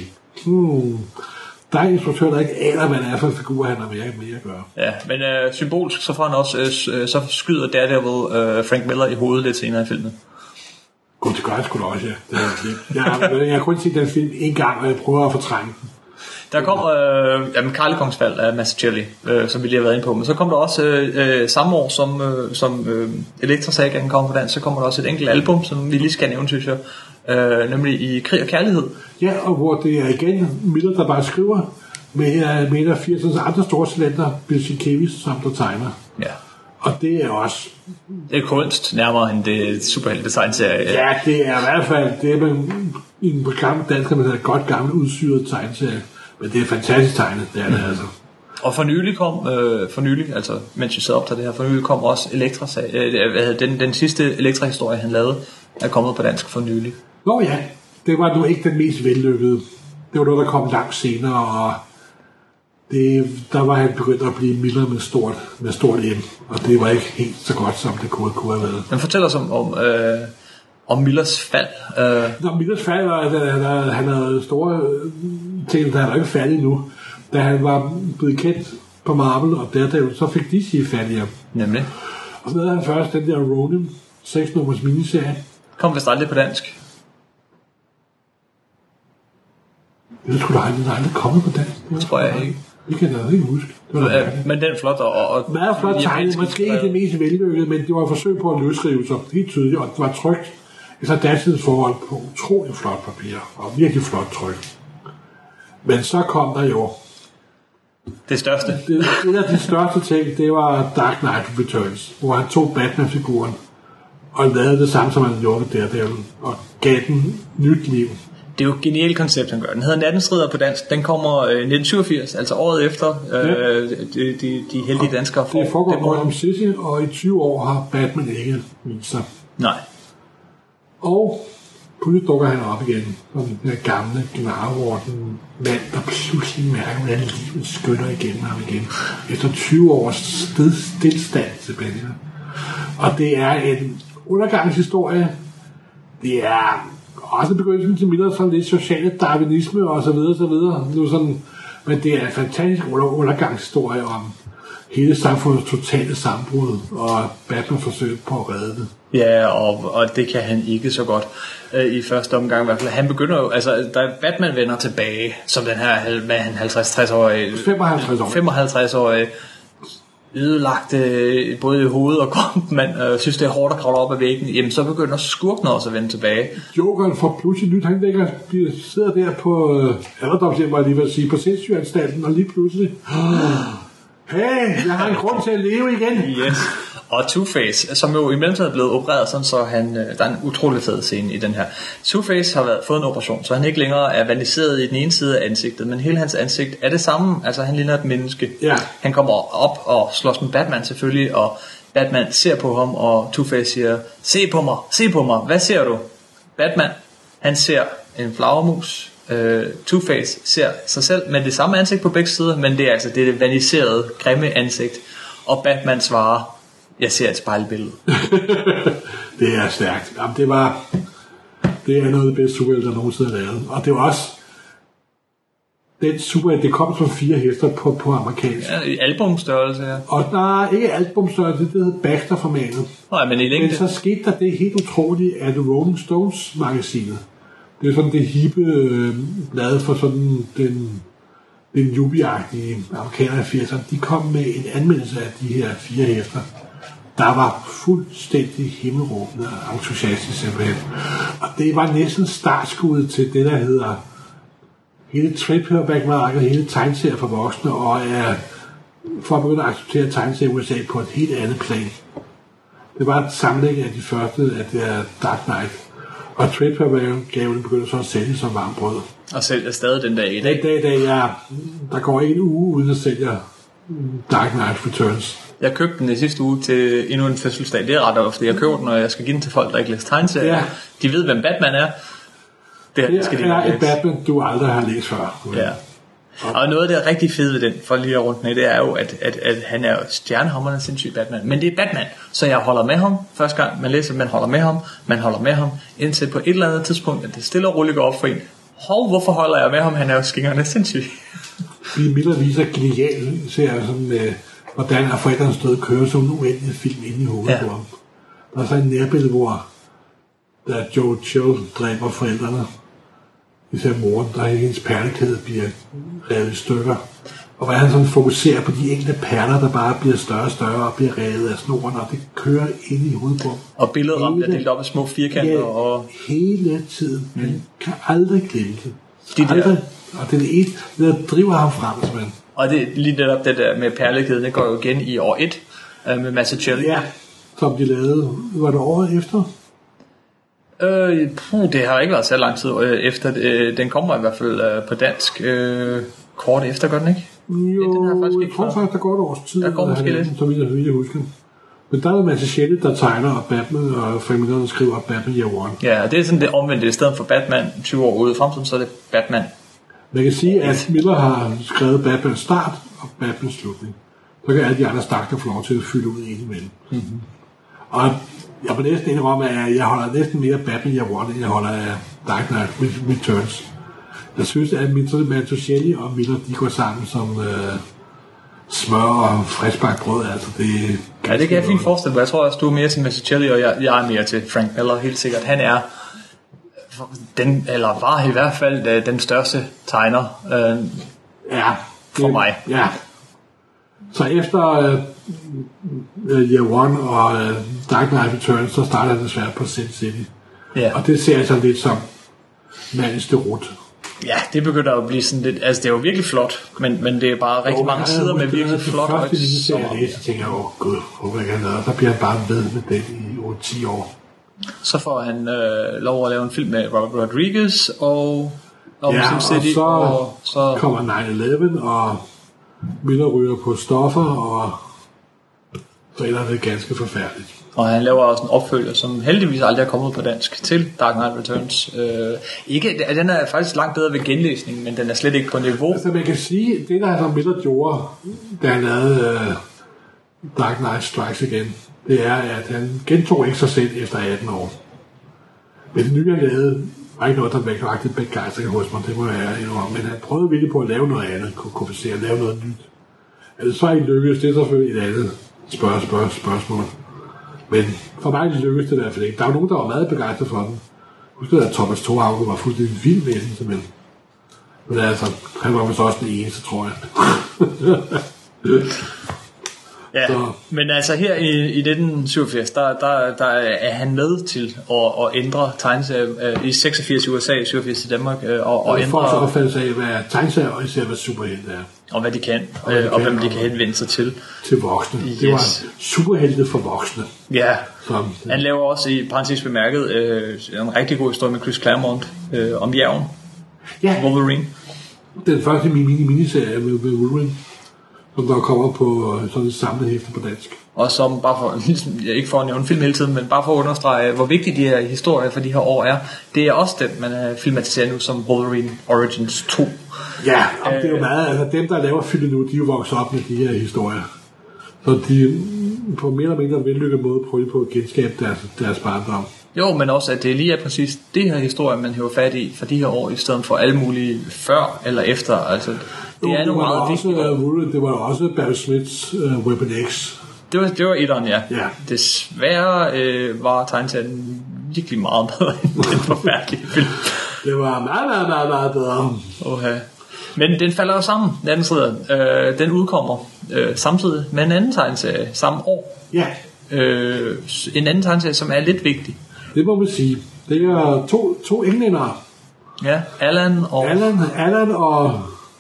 Der er en instruktør, der ikke aner, hvad det er for en figur, han har mere at gøre. Ja, men symbolsk, så får han også, så skyder Daredevil Frank Miller i hovedet lidt senere i filmen. God, det gør jeg sgu da også, ja. Jeg har kun set den film en gang, og jeg prøver at fortrænge den. Der kom Karlekongsfald af Mazzucchelli, som vi lige har været inde på, men så kom der også samme år, som Elektra Sagaen kom på dansk, så kommer der også et enkelt album, som vi lige skal nævne, synes jeg, nemlig I Krig og Kærlighed. Ja, og hvor det er igen Miller, der bare skriver med af 80'ernes andre store talenter, Bill Sienkiewicz, som der tegner. Ja. Og det er også... Det er kunst, nærmere end det superhelte-tegnserie. Ja, det er i hvert fald... Det er en gammel dansker, man hedder godt gammel udsyret tegnserie. Men det er fantastisk tegnet, det er det altså. Og for nylig, altså mens vi sad op til det her, for nylig kom også Elektra, den sidste Elektra-historie, han lavede, er kommet på dansk for nylig. Nå ja, det var nu ikke den mest vellykkede. Det var noget, der kom langt senere, og der var han begyndt at blive Miller med stort M, og det var ikke helt så godt, som det kunne have været. Men fortæl os om Millers fald. Millers fald var, at han havde store ting, der var ikke færdig nu. Da han var blevet kendt på Marvel og Daredevil, så fik DC fat i ham. Nemlig? Og så lavede han først den der Ronin 6-nummers miniserie. Kom vist aldrig på dansk. Det skulle da aldrig komme på dansk. Det tror jeg ikke. Det kan jeg da ikke huske. Men den flot og meget flot tegnet. Måske ikke det mest vellykkede, men det var et forsøg på at løsrive sig helt tydeligt, og det var trykt. Så datidens forhold på utrolig flot papir, og virkelig flot tryk. Men så kom der jo... Det største. Det af de største ting, det var Dark Knight Returns, hvor han tog Batman-figuren og lavede det samme, som han gjorde med Daredevil, og gav den nyt liv. Det er jo et genialt koncept, han gør. Den hedder Nattens Ridder på dansk. Den kommer 1987, altså året efter de heldige danskere. Det foregår på om Sissy, og i 20 år har Batman ikke vist sig. Nej. Og pludselig dukker han op igen, som den der gamle Gnarvorten mand, der pludselig mærker, hvordan livet skynder igennem ham igen. Efter 20 års stillstand tilbage. Og det er en undergangshistorie. Det er også begyndelsen til Miller sådan lidt sociale darwinisme og så videre, så videre. Nu sådan, men det er en fantastisk undergangshistorie om hele samfundets totale sammenbrud, og Batman forsøger på at redde det. Ja, og det kan han ikke så godt i første omgang i hvert fald. Han begynder jo, altså da Batman vender tilbage, som den her med han 50-60-årige 55-årige ødelagt både i hovedet og kroppen, man synes det er hårdt at kravle op ad væggen, jamen så begynder skurken også at vende tilbage. Jokeren får pludselig nyt, han sidder der på alderdomshjem, var jeg lige ved at sige, på sindssygeanstalten, og lige pludselig hey, jeg har en grund til at leve igen. Yes. Og Two-Face, som jo i mellemtiden er blevet opereret, sådan, så der er en utrolig fed scene i den her. Two-Face har fået en operation, så han ikke længere er vandaliseret i den ene side af ansigtet, men hele hans ansigt er det samme, altså han ligner et menneske. Ja. Han kommer op og slås med Batman selvfølgelig, og Batman ser på ham, og Two-Face siger, se på mig, hvad ser du? Batman, han ser en flagermus. Two-Face ser sig selv med det samme ansigt på begge sider, men det er altså det vaniserede, grimme ansigt. Og Batman svarer, jeg ser et spejlbillede. Det er stærkt. Jamen, det er noget af det bedste superhelte, der nogensinde er lavet. Og det var også den superhelte, det kom som 4 hester på amerikansk. Ja, i albumstørrelse, ja. Og nej, ikke albumstørrelse, det hedder Baxter-formatet. Nej, men i længde. Men så skete der det helt utroligt, at Rolling Stones-magasinet, det er sådan det hippe blad for sådan den den jubiagtige amerikanere i 80'erne, de kom med en anmeldelse af de her 4 hæfter, der var fuldstændig himmelråbende og entusiastisk simpelthen. Og det var næsten startskuddet til det, der hedder hele trade-paperback-markedet, hele tegneserier for voksne, og for at begynde at acceptere tegneserier i USA på et helt andet plan. Det var et samling af de første af det Dark Knight. Og trade-paperback-gaven begyndte så at sælge som varmt brød. Og sælger stadig den dag i dag. Den dag, der går en uge uden at sælge Dark Knight Returns. Jeg købte den i sidste uge til endnu en fødselsdag. Det er ret ofte, jeg køber den, og jeg skal give den til folk, der ikke læser tegneserier. Ja. De ved, hvem Batman er. Det er et Batman, du aldrig har læst før. Ja. Og noget af det rigtig fede ved den, for lige at rundt med, det er jo, at han er stjernehammerende sindssyg Batman. Men det er Batman, så jeg holder med ham. Første gang man læser, man holder med ham, indtil på et eller andet tidspunkt, at det stille og roligt går op for en. Hvorfor holder jeg med ham? Han er jo skingerne sindssyg. Bill Miller viser genialt, ser jeg sådan med, hvordan er forældrene stået og kører sådan en uendelig film ind i hovedet på ham. Der er så en nærbillede, hvor der Joe Chill dræber forældrene. Især moren, der i hendes perlekæde bliver revet i stykker. Og hvordan han sådan fokuserer på de enkelte perler, der bare bliver større og større og bliver revet af snoren, og det kører ind i hovedet på. Og billedet ramt er delt op i små firkanter. Ja, og hele tiden. Man kan aldrig glemme det. Aldrig. Og det er det ene, der driver ham frem, simpelthen. Og det er lige netop det der med perlekæden, det går jo igen i år 1 med Mazzucchelli. Ja, som de lavede, var det året efter? Det har ikke været så lang tid efter. Den kommer i hvert fald på dansk kort efter, gør den ikke? Jo, den har faktisk ikke, jeg tror faktisk, der går et års tid. Der går måske lidt. Så vidt jeg husker. Men der er Mazzucchelli, der tegner, og Batman, og Frank Miller, der skriver Batman Year One. Ja, og det er sådan det omvendte. I stedet for Batman 20 år ude i fremtiden, så er det Batman. Man kan sige, at Miller har skrevet Batman start og Batman slutning. Så kan alle de andre stakter få lov til at fylde ud indimellem. Mm-hmm. Og jeg må næsten indrømme, at jeg holder næsten mere Batman Year One, end jeg holder af Dark Knight Returns. Jeg synes, at Mazzucchelli og Miller, de går sammen som smør og friskbagt brød. Altså, det kan jeg fint forestille mig. Jeg tror også, du er mere til Mazzucchelli, og jeg er mere til Frank Miller, helt sikkert. Han er eller var i hvert fald den største tegner for mig. Ja. Så efter Year One og Dark Knight Returns, så starter det desværre på Sin City. Ja. Og det ser jeg så lidt som mandens derut. Ja, det begynder at blive sådan lidt. Altså, det er jo virkelig flot, men det er bare rigtig mange sider med virkelig flot. Det første lige ser jeg læse, så tænker jeg, gud, hvor jeg kan lade. Så bliver han bare ved med den i 10 år. Så får han lov at lave en film med Robert Rodriguez og Sin City. Og så kommer 9/11, og Miller ryger på stoffer, og så ender det ganske forfærdeligt. Og han laver også en opfølger, som heldigvis aldrig er kommet på dansk, til Dark Knight Returns. Den er faktisk langt bedre ved genlæsning, men den er slet ikke på niveau. Altså man kan sige, det der som Miller gjorde, da han lavede Dark Knight Strikes Again, det er, at han gentog ikke sig selv efter 18 år. Men det nye, han lavede, var ikke noget, der vækker rigtig begejstring hos mig, det må jeg indrømme. Men han prøvede virkelig på at lave noget andet, kompensere, lave noget nyt. Altså så ikke lykkedes, det er selvfølgelig et andet spørgsmål. Men for mig lykkedes det i hvert fald ikke. Der var nogen, der var meget begejstret for den. Husk at Thomas Thorhauge var fuldstændig vild med den, simpelthen. Men altså, han var vist også den eneste, tror jeg. Ja, så. Men altså her i 1987, der er han med til at ændre tegneserier i 86 i USA, 87 i Danmark, og ændre... For så opfattelse af, hvad tegneserier og især hvad superhelte er. Og hvad de kan, og hvem de kan henvende sig til. Til voksne. Yes. Det var superhelte for voksne. Ja, han laver også i parentes bemærket en rigtig god historie med Chris Claremont om bjergen. Ja. Wolverine. Den første miniserie med Wolverine, som der kommer på sådan et samlet hæfte på dansk. Og som bare for, ikke for at nævne film hele tiden, men bare for at understrege, hvor vigtige de her historier for de her år er. Det er også den, man filmatiserer nu som Wolverine Origins 2. Ja, og det er jo meget, altså dem, der laver film nu, de er jo vokset op med de her historier. Så de på mere eller mindre vellykket måde prøver på at genskabe deres barndom. Jo, men også, at det lige er præcis det her historie, man hæver fat i for de her år, i stedet for alle mulige før eller efter. Altså, det er nogle meget vigtige. Det var også Barry Smiths Weapon X. Det var etteren, ja. Desværre var tegneserien virkelig meget bedre end den forfærdelige film. Det var meget, meget, meget, meget bedre. Oha. Men den falder jo sammen, den anden side. Den udkommer samtidig med en anden tegneserie samme år. Ja. En anden tegneserie, som er lidt vigtig. Det må man sige. Det er to englændere. Ja, Alan og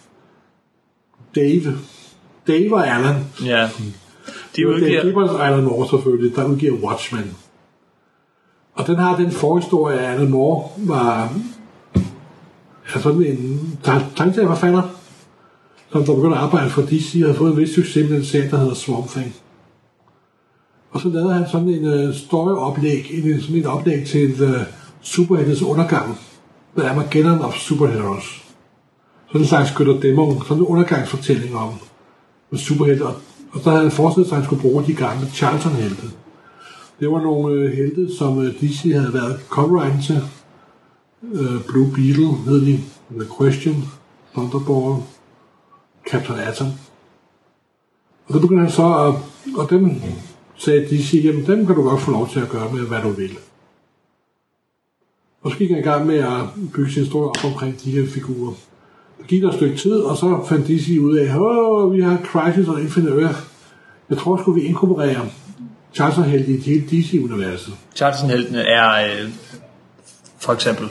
Dave. Dave og Alan. Ja. De udgiver... Det er Gibbons og Alan Moore selvfølgelig, der udgiver Watchmen. Og den har den forhistorie, at Alan Moore var sådan en tegneserieforfatter, som der begyndte at arbejde for DC, og havde fået en vis succes med den serie, der hedder Swamp Thing. Og så lavede han sådan en story-oplæg, sådan et oplæg til superheltes undergang. The Armageddon of Superheroes. Sådan en slags Götterdämmerung, sådan en undergangsfortælling om superhelte. Og så havde han forestillet sig, at han skulle bruge de gamle Charlton-helte. Det var nogle helte, som DC havde været copyright til. Blue Beetle hed de, The Question, Thunderball, Captain Atom. Og så begyndte han så og dem sagde DC, jamen dem kan du godt få lov til at gøre med, hvad du vil. Og så gik han i gang med at bygge sin historie op omkring de her figurer. Der gik der et stykke tid, og så fandt DC ud af, vi har Crisis on Infinite Earth. Jeg tror sgu, vi inkorporerer Charlton-helte i hele DC-universet. Charlton-heltene er for eksempel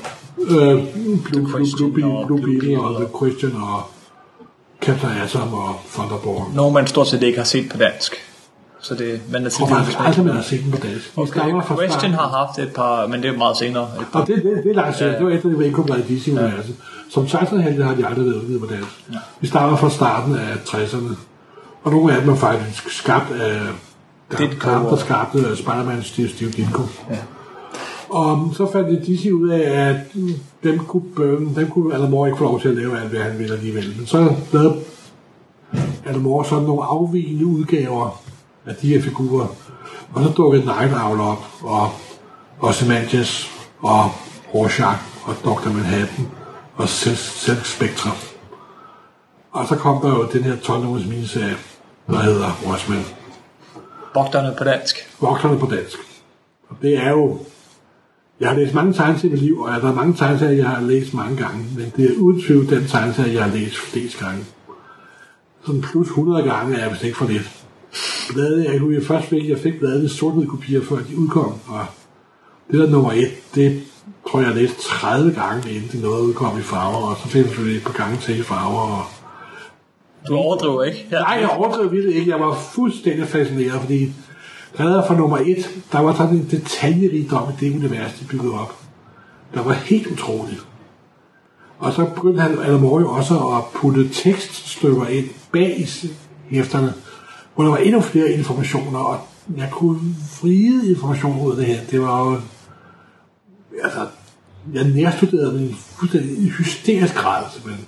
Blue Beetle og The Question og Captain Atom og Thunderball. Nogle man stort set ikke har set på dansk. Så det, man tror faktisk aldrig, man har set den på dansk. Okay. Question har haft et par, men det er meget senere. Og det er langt senere. Det var efter, det var inkorporeret i DC-universet. Som Charlton-helte har de aldrig været udgivet på dansk. Ja. Vi starter fra starten af 60'erne. Og nogle af dem er faktisk skabt af der skabte Spider-Man Steve Ditko. Ja. Og så fandt DC ud af, at dem kunne Alan Moore ikke få lov til at lave alt, hvad han ville alligevel. Men så lavede Alan Moore sådan nogle afvigende udgaver af de her figurer. Og så dukkede Night Owl op, og Ozymandias, og Rorschach, og Dr. Manhattan, og Silk Spectre. Og så kom der jo den her 12-nummers miniserie, der hedder Watchmen. Vogterne på dansk. Vogterne på dansk. Og det er jo... Jeg har læst mange tegneserier i mit liv, og der er mange tegneserier, jeg har læst mange gange, men det er uden tvivl den tegneserie, jeg har læst flest gange. Sådan plus 100 gange er jeg vist ikke for lidt. Jeg fik bladet i sort-hvid kopier, før de udkom, og det der nummer 1, det tror jeg læste 30 gange, inden det nåede udkom i farver, og så fik jeg selvfølgelig et par gange til i farver. Og du overdriver ikke? Ja. Nej, jeg overdriver virkelig ikke. Jeg var fuldstændig fascineret, fordi allerede fra nummer 1, der var sådan en detaljerigdom i det univers, de byggede op. Der var helt utroligt. Og så begyndte Alan Moore jo også at putte tekststykker ind bag i hæfterne, hvor der var endnu flere informationer, og jeg kunne vride information ud af det her. Det var jo... Altså, jeg nærstuderede den i fuldstændig hysterisk grad, simpelthen.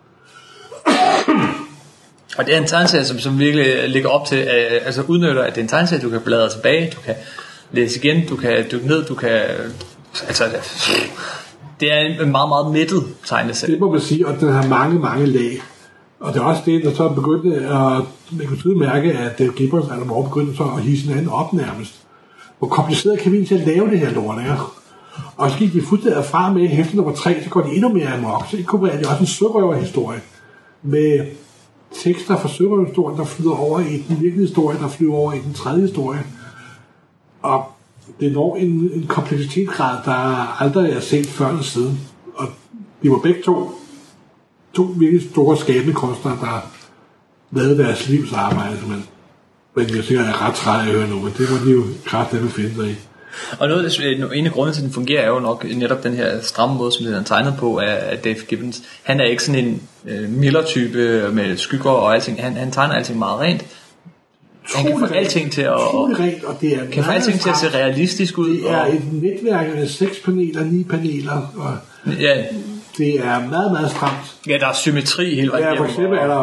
Og det er en tegneserie, som virkelig ligger op til, altså udnytter, at det er en tegneserie, du kan bladre tilbage, du kan læse igen, du kan dykke ned, du kan... Altså, det er en meget, meget mættet tegneserie. Det må man sige, og den har mange, mange lag. Og det er også det, der så begyndte at... Man kunne tydeligt mærke, at Gibbons og Alan Moore begyndte så at hisse hinanden op nærmest. Hvor kompliceret kan vi til at lave det her lort, ikke? Og så gik de fuldstændig fra med hæfte nummer 3, så går de endnu mere amok. Så inkorporerer de også en sørøverhistorie med tekster fra sørøverhistorien, der flyder over i den virkelige historie, der flyder over i den tredje historie. Og det når en kompleksitetsgrad, der aldrig er set før eller siden. Og de var begge to virkelig store skabende kunstnere, der lavede deres livs arbejde, men jeg sikkert er ret træt af at høre nu, men det må de jo kraftigt finde sig i. Og en af grundene til, at den fungerer, er jo nok netop den her stramme måde, som den er tegnet på af Dave Gibbons. Han er ikke sådan en Miller-type med skygger og alting. Han tegner alting meget rent. Han kan få alting til at rent, og det er kan få alting til at se realistisk ud. Det er et netværk af 6 paneler, 9 paneler, og ja. Det er meget, meget stramt. Ja, der er symmetri hele vejen. Ja, for eksempel er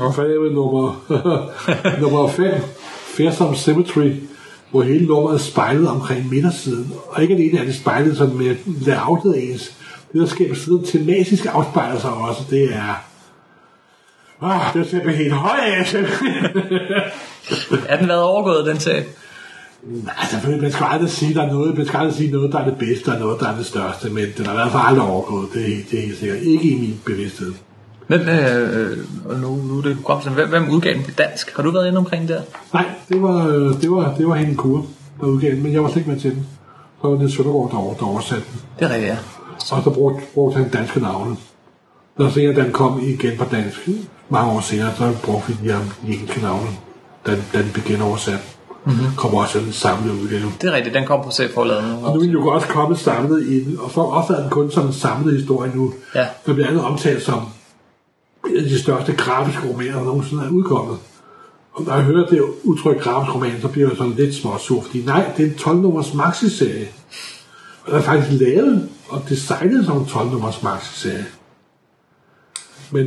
der nummer 5, Fearsome Symmetry, hvor hele nummeret er spejlet omkring midtersiden. Og ikke alene er det spejlet sådan med layoutet ens. Det der sker på siden tematiske afspejlelser også, det er... det er simpelthen helt højt af. Er den været overgået, den sag? Nej, selvfølgelig, man skal aldrig sige, der er noget, der er det bedste, og noget, der er det største, men den har i hvert fald aldrig overgået, det er helt sikkert. Ikke i min bevidsthed. Hvem udgav den på dansk? Har du været inde omkring der? Nej, det var Henning Kure, der udgav den, men jeg var slet ikke med til den. Så var det Søndergaard, der oversatte den. Det er rigtigt, ja. Og så brugte han danske navne. Når senere den kom igen på dansk, mange år senere, så brugte vi de engelske navne, da den blev genoversat. Kommer også en samlet udgave. Det er rigtigt, den kom på C-forladen. Og nu er den jo også kommet samlet i, og så også er den kun som en samlet historie nu. Ja. Der bliver andet omtalt som en af de største grafiske romaner, der nogensinde er udkommet. Og når jeg hører det udtryk grafisk roman, så bliver jeg sådan lidt småsur, fordi nej, det er en 12-nummers maxi-serie. Og der er faktisk lavet og designet som en 12-nummers maxi-serie. Men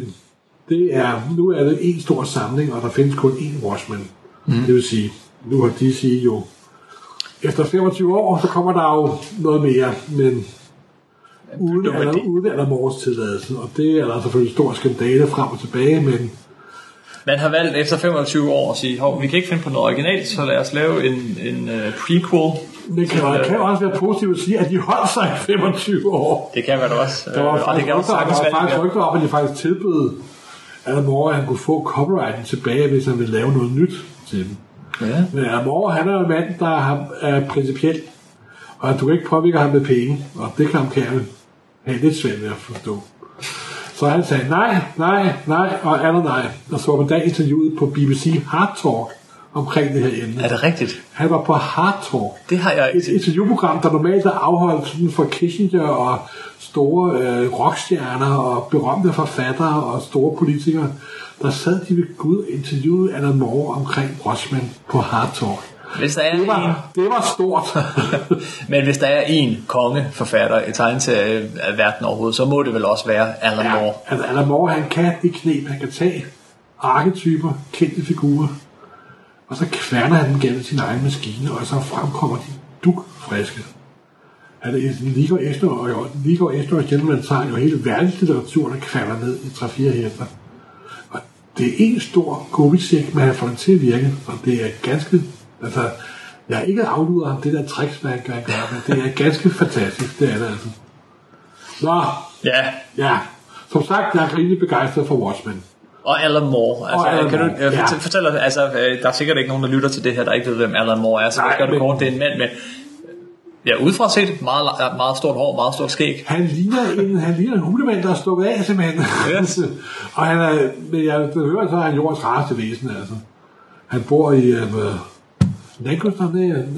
nu er det en stor samling, og der findes kun én Watchmen. Det vil sige, nu har DC jo efter 25 år, så kommer der jo noget mere, men uden Alan Moores tilladelse, og det er der selvfølgelig stor skandale frem og tilbage, men man har valgt efter 25 år at sige, vi kan ikke finde på noget originalt, så lad os lave en prequel. Det kan også være positivt at sige, at de holdt sig i 25 år. Det kan være det også. Der var faktisk rygter om, at de faktisk tilbød Alan Moore, at han kunne få copyrighten tilbage, hvis han ville lave noget nyt til dem. Ja. Men Alan Moore, han er en mand, der er principiel, og du kan ikke påvirke ham med penge, og det kan han have lidt svært ved at forstå. Så han sagde nej, og andet nej. Og så var man da interviewet på BBC Hard Talk omkring det her emne. Er det rigtigt? Han var på Hard Talk. Det har jeg ikke set. Et interviewprogram, der normalt er afholdt sådan for Kissinger og store rockstjerner og berømte forfattere og store politikere. Der sad de ved Gud og interviewede Alan Moore omkring Watchmen på Hard Talk. Det var stort. Men hvis der er en kongeforfatter i tegneserie af verden overhovedet, så må det vel også være Alan Moore. Altså Alan Moore, han kan det knep, han kan tage arketyper, kendte figurer, og så kværner han dem gennem sin egen maskine, og så fremkommer de dugfriske. Lige går efter og Gentleman tager jo hele verdenslitteraturen, der kværner ned i 3-4 hæfter. Og det er en stor gummisæk, men han får den til at virke, og det er ganske. Altså, jeg har ikke afludet ham det der tricks, hvad han gør, men det er ganske fantastisk, det er det altså. Nå, ja. Som sagt, jeg er rigtig begejstret for Watchmen. Og Alan Moore. Altså, kan du fortælle, altså, der er sikkert ikke nogen, der lytter til det her, der ikke ved, hvem Alan Moore er, så jeg skal kort, det er en mand med, udefra set, meget stort hår, meget stort skæg. Han ligner en hulemand, der er stukket af, simpelthen. Yes. Og han er, men jeg hører, så er han jordens rareste væsen, altså. Han bor i Lancaster,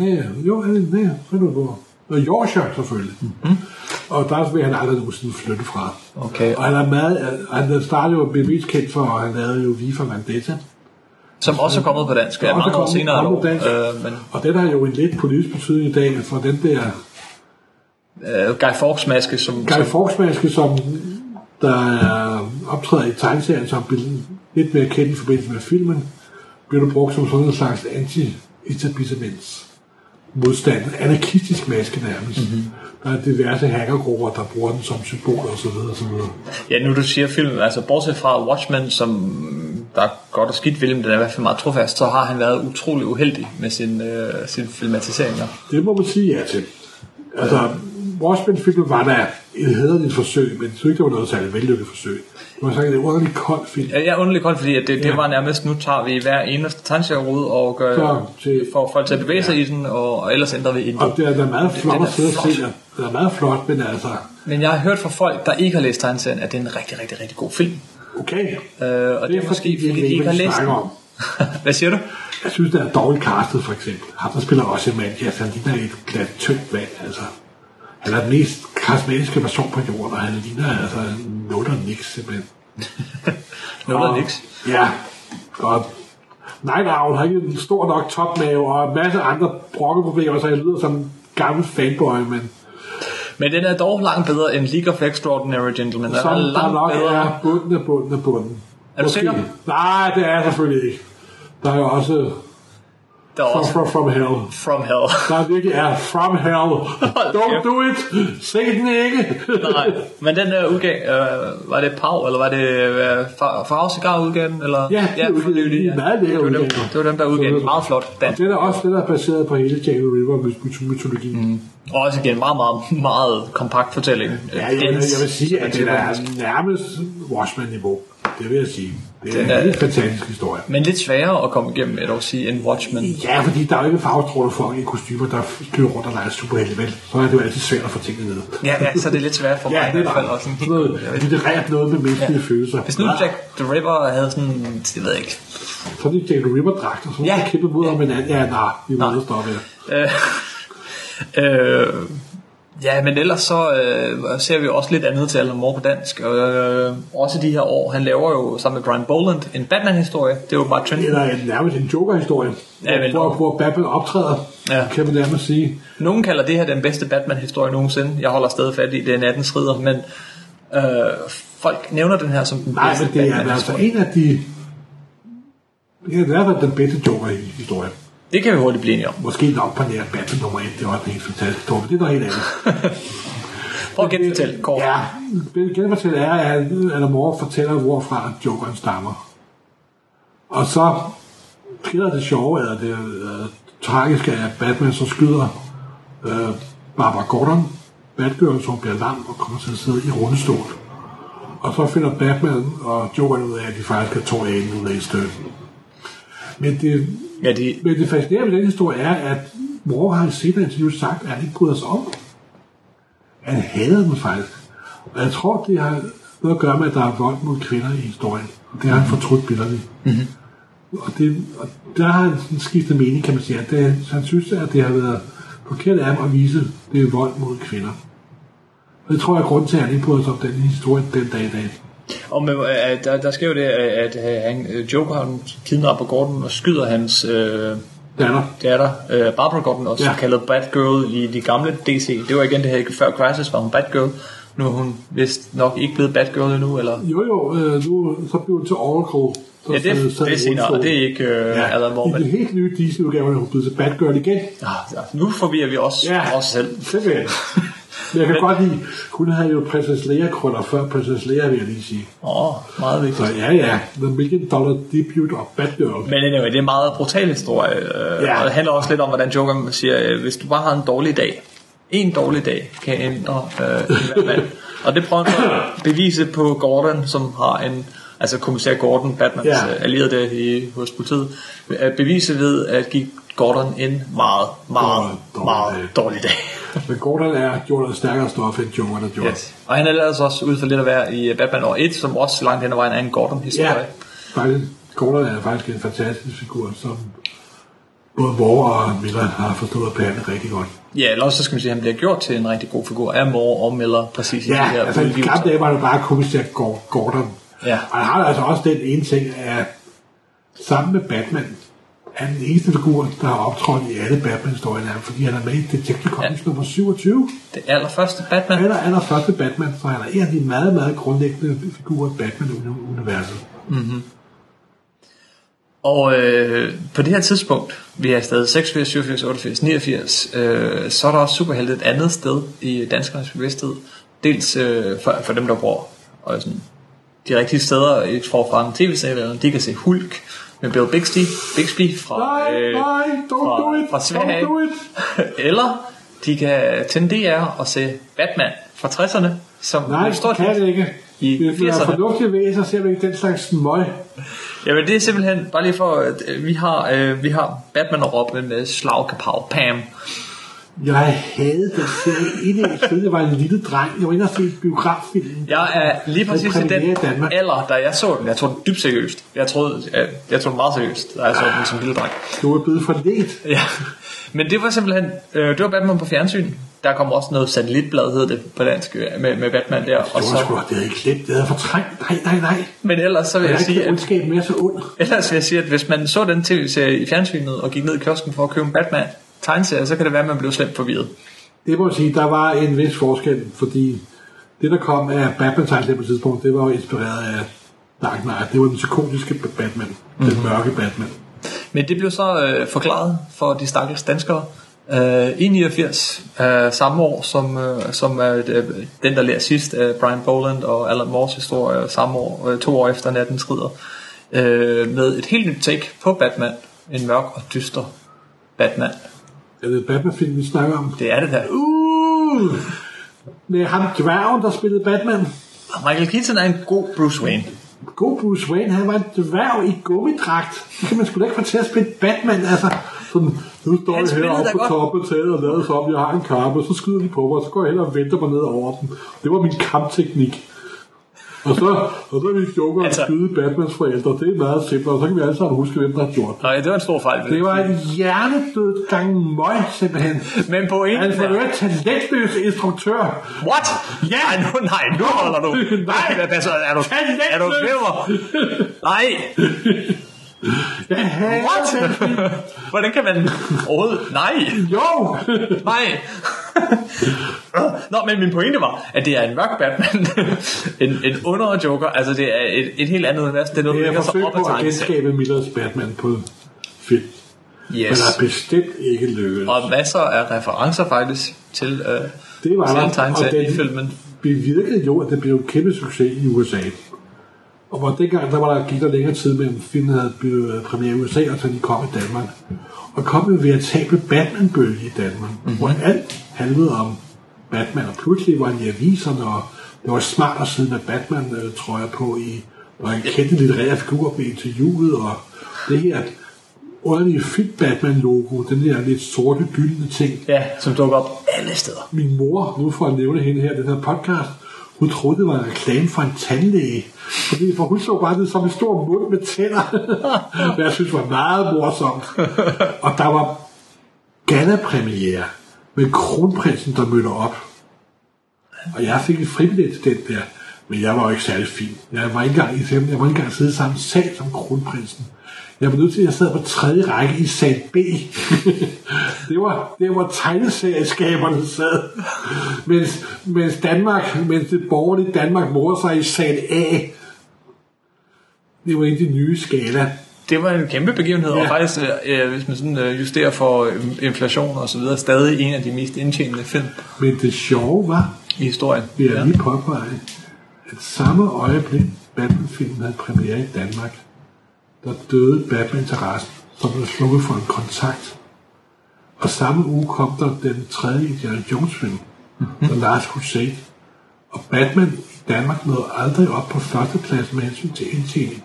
Yorkshire selvfølgelig. Og der vil han aldrig nogensinde flytte fra. Okay. Og han startede jo bevis kendt for, og han lavede jo V for Vendetta. Som også er kommet på dansk, mange år senere. Og den har jo en lidt politisk betydning i dag, for den der Guy Fawkes-maske, som der optræder i tegneserien, som bliver lidt mere kendt i forbindelse med filmen, bliver du brugt som sådan en slags anti-etablissements modstand, anarkistisk maske nærmest. Der er diverse hackergrupper, der bruger den som symbol og så videre og så videre. Ja, nu du siger film, altså bortset fra Watchmen, som der er godt og skidt film, den er i hvert fald meget trofast, så har han været utrolig uheldig med sin filmatiseringer. Det må man sige ja til. Altså, Watchmen-filmen var der et hæderligt forsøg, men jeg synes ikke, det var noget særligt vellykket forsøg. Det var sådan en underlig kold film. Ja, underlig kold, fordi det var nærmest, nu tager vi hver eneste tegneserierode og får folk til at bevæge sig i den, og ellers ændrer vi intet. Og det er meget flot at sidde og se. Det er meget flot, men altså. Men jeg har hørt fra folk, der ikke har læst tegneserien, at det er en rigtig, rigtig, rigtig god film. Okay. Og det er måske, fordi de ikke har læst den. Hvad siger du? Jeg synes, det er dårligt castet, for eksempel. Ham, der spiller også en mand, han ligner et glat tyndt vand, altså. Han er den mest karismatiske person på jorden, og han ligner altså nul og niks, simpelthen. Nul og niks? Ja. Og Night Owl har ikke en stor nok topmave, og en masse andre brokkeproblemer, så jeg lyder som en gammel fanboy, men den er dog langt bedre end League of Extraordinary Gentlemen. Som der nok bedre. Er bunden. Er du sikker? Nej, det er selvfølgelig ikke. Der er jo også Der er også From Hell. From Hell. Der virkelig er From Hell. Don't do it. Se den ikke. Nej, men den der udgav, var det Pau, eller var det Farve Cigar udgaven? Eller? Ja, det for nylig, ja. Meget lækker udgave. Det var dem, der udgav den. Meget flot dansk. Det er også det, der er baseret på hele Jack the Ripper-mytologien. Og også igen meget, meget, meget kompakt fortælling. Ja, jeg vil sige, at det er nærmest Watchmen-niveau. Det vil jeg sige. Det er en fantastisk historie. Men lidt sværere at komme igennem, at sige, en Watchmen. Ja, fordi der er jo ikke farvestråler folk i kostymer, der flyver rundt og leger superhelte, vel? Så er det jo altid svært at få tingene ned. Ja, så er det lidt svært for mig i hvert fald. Også sådan noget litterært noget med menneskelige følelser. Hvis nu Jack the Ripper havde sådan, det ved jeg ikke. Så er det Jack the Ripper-dragt, og så er det kæmpe mod om en anden. Ja, nej, vi må nødt stoppe her. Ja, men ellers så ser vi også lidt andet til Alan Moore på dansk. Også de her år. Han laver jo sammen med Brian Boland en Batman-historie. Det er jo bare trend. Eller nærmest en Joker-historie, hvor Batman optræder, kan man nærmest sige. Nogen kalder det her den bedste Batman-historie nogensinde. Jeg holder stadig fat i, det er Nattens Ridder, men folk nævner den her som den bedste Batman-historie. Nej, men det er altså en af de... Det er i hvert fald den bedste Joker-historie. Det kan vi hurtigt blive enige om. Måske nok på nær Batman nummer 1, det er også en helt fantastisk historie, men det er noget helt andet. Prøv at genfortælle, kort. Ja, genfortælle er, at Alan Moore fortæller, hvorfra Jokeren stammer. Og så sker det sjove, eller det tragiske, at Batman så skyder Barbara Gordon, Batgirl, som bliver lam og kommer til at sidde i rundestol. Og så finder Batman og Jokeren ud af, at de faktisk kan tåre en ud af i støtten. Men det fascinerende ved den historie er, at Moore har i senere interview sagt, at han ikke bryder sig om. Han hader dem faktisk. Og jeg tror, det har noget at gøre med, at der er vold mod kvinder i historien. Og det har han fortrudt billedligt. Mm-hmm. Og der har han skiftet mening, kan man sige. At han synes, at det har været forkert af ham at vise, det er vold mod kvinder. Og det tror jeg er grunden til, at han ikke bryder sig om den historie den dag i dag. Og med, der sker jo det, at Joker han kidnapper Gordon og skyder hans datter Barbara Gordon, også kaldet Batgirl i de gamle DC. Det var igen det her, ikke før Crisis var hun Batgirl. Nu er hun vist nok ikke blevet Batgirl endnu, eller? Jo, nu så blev hun til Oracle. Ja, det er senere, og det er ikke Alan Moore. I det helt nye DC-udgave er hun blevet til Batgirl igen. Ja, nu forvirrer vi også selv. Simpelthen. Men jeg kan godt lide, hun havde jo Princess Leia-krøller før Princess Leia, vil jeg lige sige. Meget vigtigt. Så ja, The $1 million debut of Batgirl. Men anyway, det er en meget brutal historie, og det handler også lidt om, hvordan Joker siger, hvis du bare har en dårlig dag, en dårlig dag kan ændre en mand. Og det prøver han at bevise på Gordon, som har altså kommissær Gordon, Batmans allierede hos politiet, bevise ved at give Gordon en meget dårlig dag. Men Gordon er gjort en stærkere stof end Joker, der gjorde. Yes. Og han er altså også ud for lidt at være i Batman år 1, som også langt hen ad vejen er en Gordon-historie. Ja, faktisk. Gordon er faktisk en fantastisk figur, som både Moore og Miller har forstået at behandle rigtig godt. Ja, eller også så skal man sige, at han bliver gjort til en rigtig god figur af Moore og Miller, præcis i det her. Ja, altså i gamle dage var det bare kommissær Gordon. Ja. Og han har altså også den ene ting, at sammen med Batman, er den eneste figur, der har optrådt i alle Batman-historierne, fordi han er med i Detective Comics nummer 27. Det allerførste Batman. Allerførste Batman, så han er en af de meget, meget grundlæggende figurer i Batman-universet. Mm-hmm. Og på det her tidspunkt, vi er stadig 86, 87, 88, 89, så er der også superhelte et andet sted i danskernes bevidsthed. Dels for dem, der bor og sådan, de rigtige steder fra en tv-serie, de kan se Hulk med Bill Bixby fra Sverige. Eller de kan tænde DR og se Batman fra 60'erne, som nej, det kan det ikke. I 80'erne. Hvis vi er fornuftige ved, så ser vi ikke den slags smøg. Jamen det er simpelthen bare lige for at vi har Batman og Robin med Slagkapav Pam. Jeg havde den serie indad, siden jeg var en lille dreng. Jeg var inde og se biograffilmen. Jeg er lige præcis i den alder, da jeg så den. Jeg tog den dybt seriøst. Jeg tog den meget seriøst, da jeg så den som lille dreng. Du er blevet for lidt. Ja, men det var simpelthen, det var Batman på fjernsyn. Der kom også noget satellitblad, hedder det på dansk, med Batman der. Og så det havde ikke glemt, det havde fortrængt. Nej. Men ellers så vil jeg sige, ellers vil jeg sige, at hvis man så den tv-serie i fjernsynet og gik ned i kiosken for at købe en Batman tegneserie, så kan det være, at man blev slemt forvirret. Det må jeg sige, der var en vis forskel, fordi det, der kom af Batman-tegneserie på et tidspunkt, det var jo inspireret af Dark Knight. Det var den psykotiske Batman, den mørke Batman. Men det blev så forklaret for de stakkels danskere i 89, samme år som den der lærer sidst, Brian Boland og Alan Moores historie, samme år, 2 år efter Natten skrider, med et helt nyt take på Batman, en mørk og dyster Batman. Er det Batman-film, vi snakker om? Det er det der. Med ham dværgen, der spillede Batman. Michael Keaton er en god Bruce Wayne. God Bruce Wayne, han var en dværg i gummidragt. Det kan man sgu da ikke få til at spille Batman, altså. Sådan, nu står jeg heroppe på toppen og taget og lader sig om, jeg har en kappe, og så skyder de på mig, og så går jeg hen og venter mig ned over dem. Det var min kampteknik. Og så er vi joker at skyde Batmans forældre. Det er meget simpelt, og så kan vi alle sammen huske, hvem der har gjort det. Nej, det var en stor fejl. Det var en hjernedød gang møg, simpelthen. Men på en... Han var jo en talentløs instruktør. What? Ja! Nej, nu holder du. Nej, er du svæver? Nej. What? Hvordan kan man overhovedet? Nej. Jo. Nej. Nå, men min pointe var, at det er en mørk Batman. en under Joker. Altså det er et helt andet univers. Det er noget, der ligger så op ad tegnet. Det er forsøg på at genskabe Millers Batman på film. Yes. Men der er bestemt ikke lykkedes. Og masser af referencer faktisk til det var der, tegnesæt i filmen. Bevirkede jo, at det blev en kæmpe succes i USA. Og hvor dengang, gik der længere tid mellem filmen havde blevet premiere i USA, og så de kom i Danmark. Og kom jo ved at tabe Batman-bølge i Danmark, hvor alt handlede om Batman, og pludselig var han i aviserne, og det var smart at sidde med Batman-trøjer på og en kendte litterære figur på interviewet, og det her ordentlige fit Batman-logo, den der lidt sorte, gyldne ting. Ja, som dukker op alle steder. Min mor, nu får jeg nævne hende her, den her podcast, hun troede, det var en reklame for en tandlæge. For hun så bare det som en stor mund med tænder. Men jeg synes, det var meget morsomt. Og der var gala-premiere med kronprinsen, der mødte op. Og jeg fik et fribillet til den der. Men jeg var jo ikke særlig fin. Jeg var ikke engang sidde i samme sal som kronprinsen. Jeg var nødt til, at jeg sad på 3. række i sal B. det var tegneserieskaberne sad. Mens det borgerlige Danmark morede sig i sal A. Det var ikke de nye skala. Det var en kæmpe begivenhed, ja. Og faktisk, hvis man sådan justerer for inflation og så videre, stadig en af de mest indtjenende film. Men det sjove var, i historien, vil jeg lige påpege, at samme øjeblik Batman-filmen havde premiere i Danmark, der døde Batman-interessen, som blev slukket for en kontakt. Og samme uge kom der den 3. Indiana Jones-film, The Last Crusade. Og Batman i Danmark nåede aldrig op på førstepladsen med hensyn til indtjening.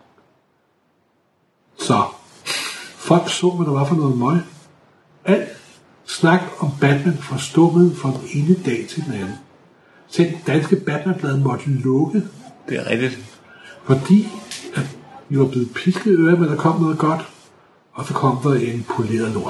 Så folk så, hvad der var for noget møg. Alt snak om Batman forstummede fra den ene dag til den anden. Selv danske Batman-blad måtte lukke. Det er rigtigt. Fordi at vi var blevet pisket i øret, men der kom noget godt. Og så kom der en poleret lort.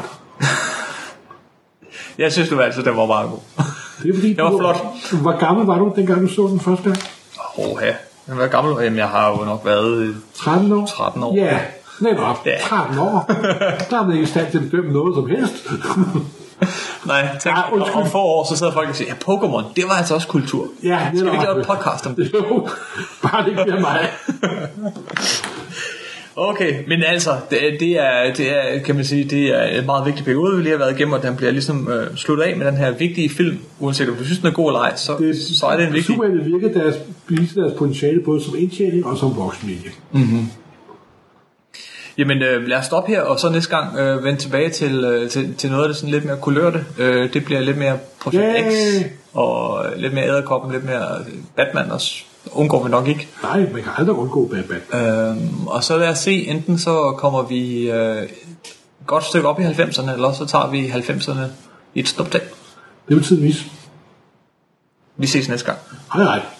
Jeg synes du altså, den var meget god. Det er fordi, det var flot. Hvor gammel var du, dengang du så den første gang? Ja. Hvor gammel? Jamen, jeg har jo nok været 13 år. 13 år. Ja, netop. Ja. 13 år. Der er man ikke i stand til at bedømme noget som helst. Nej, om få år, så sidder folk og siger, ja, Pokémon, det var altså også kultur. Ja, skal vi ikke lave et podcast om det? Jo, bare det ikke bliver mig. Okay, men altså, det er, kan man sige, det er en meget vigtig periode, vi lige har været igennem, og den bliver ligesom sluttet af med den her vigtige film, uanset om du synes, den er god eller ej, så er det en vigtig. Superhelte virker vise deres potentiale både som indtjening og som voksenmedie. Mm-hmm. Jamen lad os stoppe her, og så næste gang vende tilbage til noget af det sådan lidt mere kulørte. Det bliver lidt mere Projekt X, og lidt mere Edderkoppen, lidt mere Batman også. Undgår vi nok ikke. Nej, man kan aldrig undgå Batman. Og så lad os se, enten så kommer vi et godt stykke op i 90'erne, eller så tager vi 90'erne i et snuptag. Det vil tiden vise. Vi ses næste gang. Hej hej.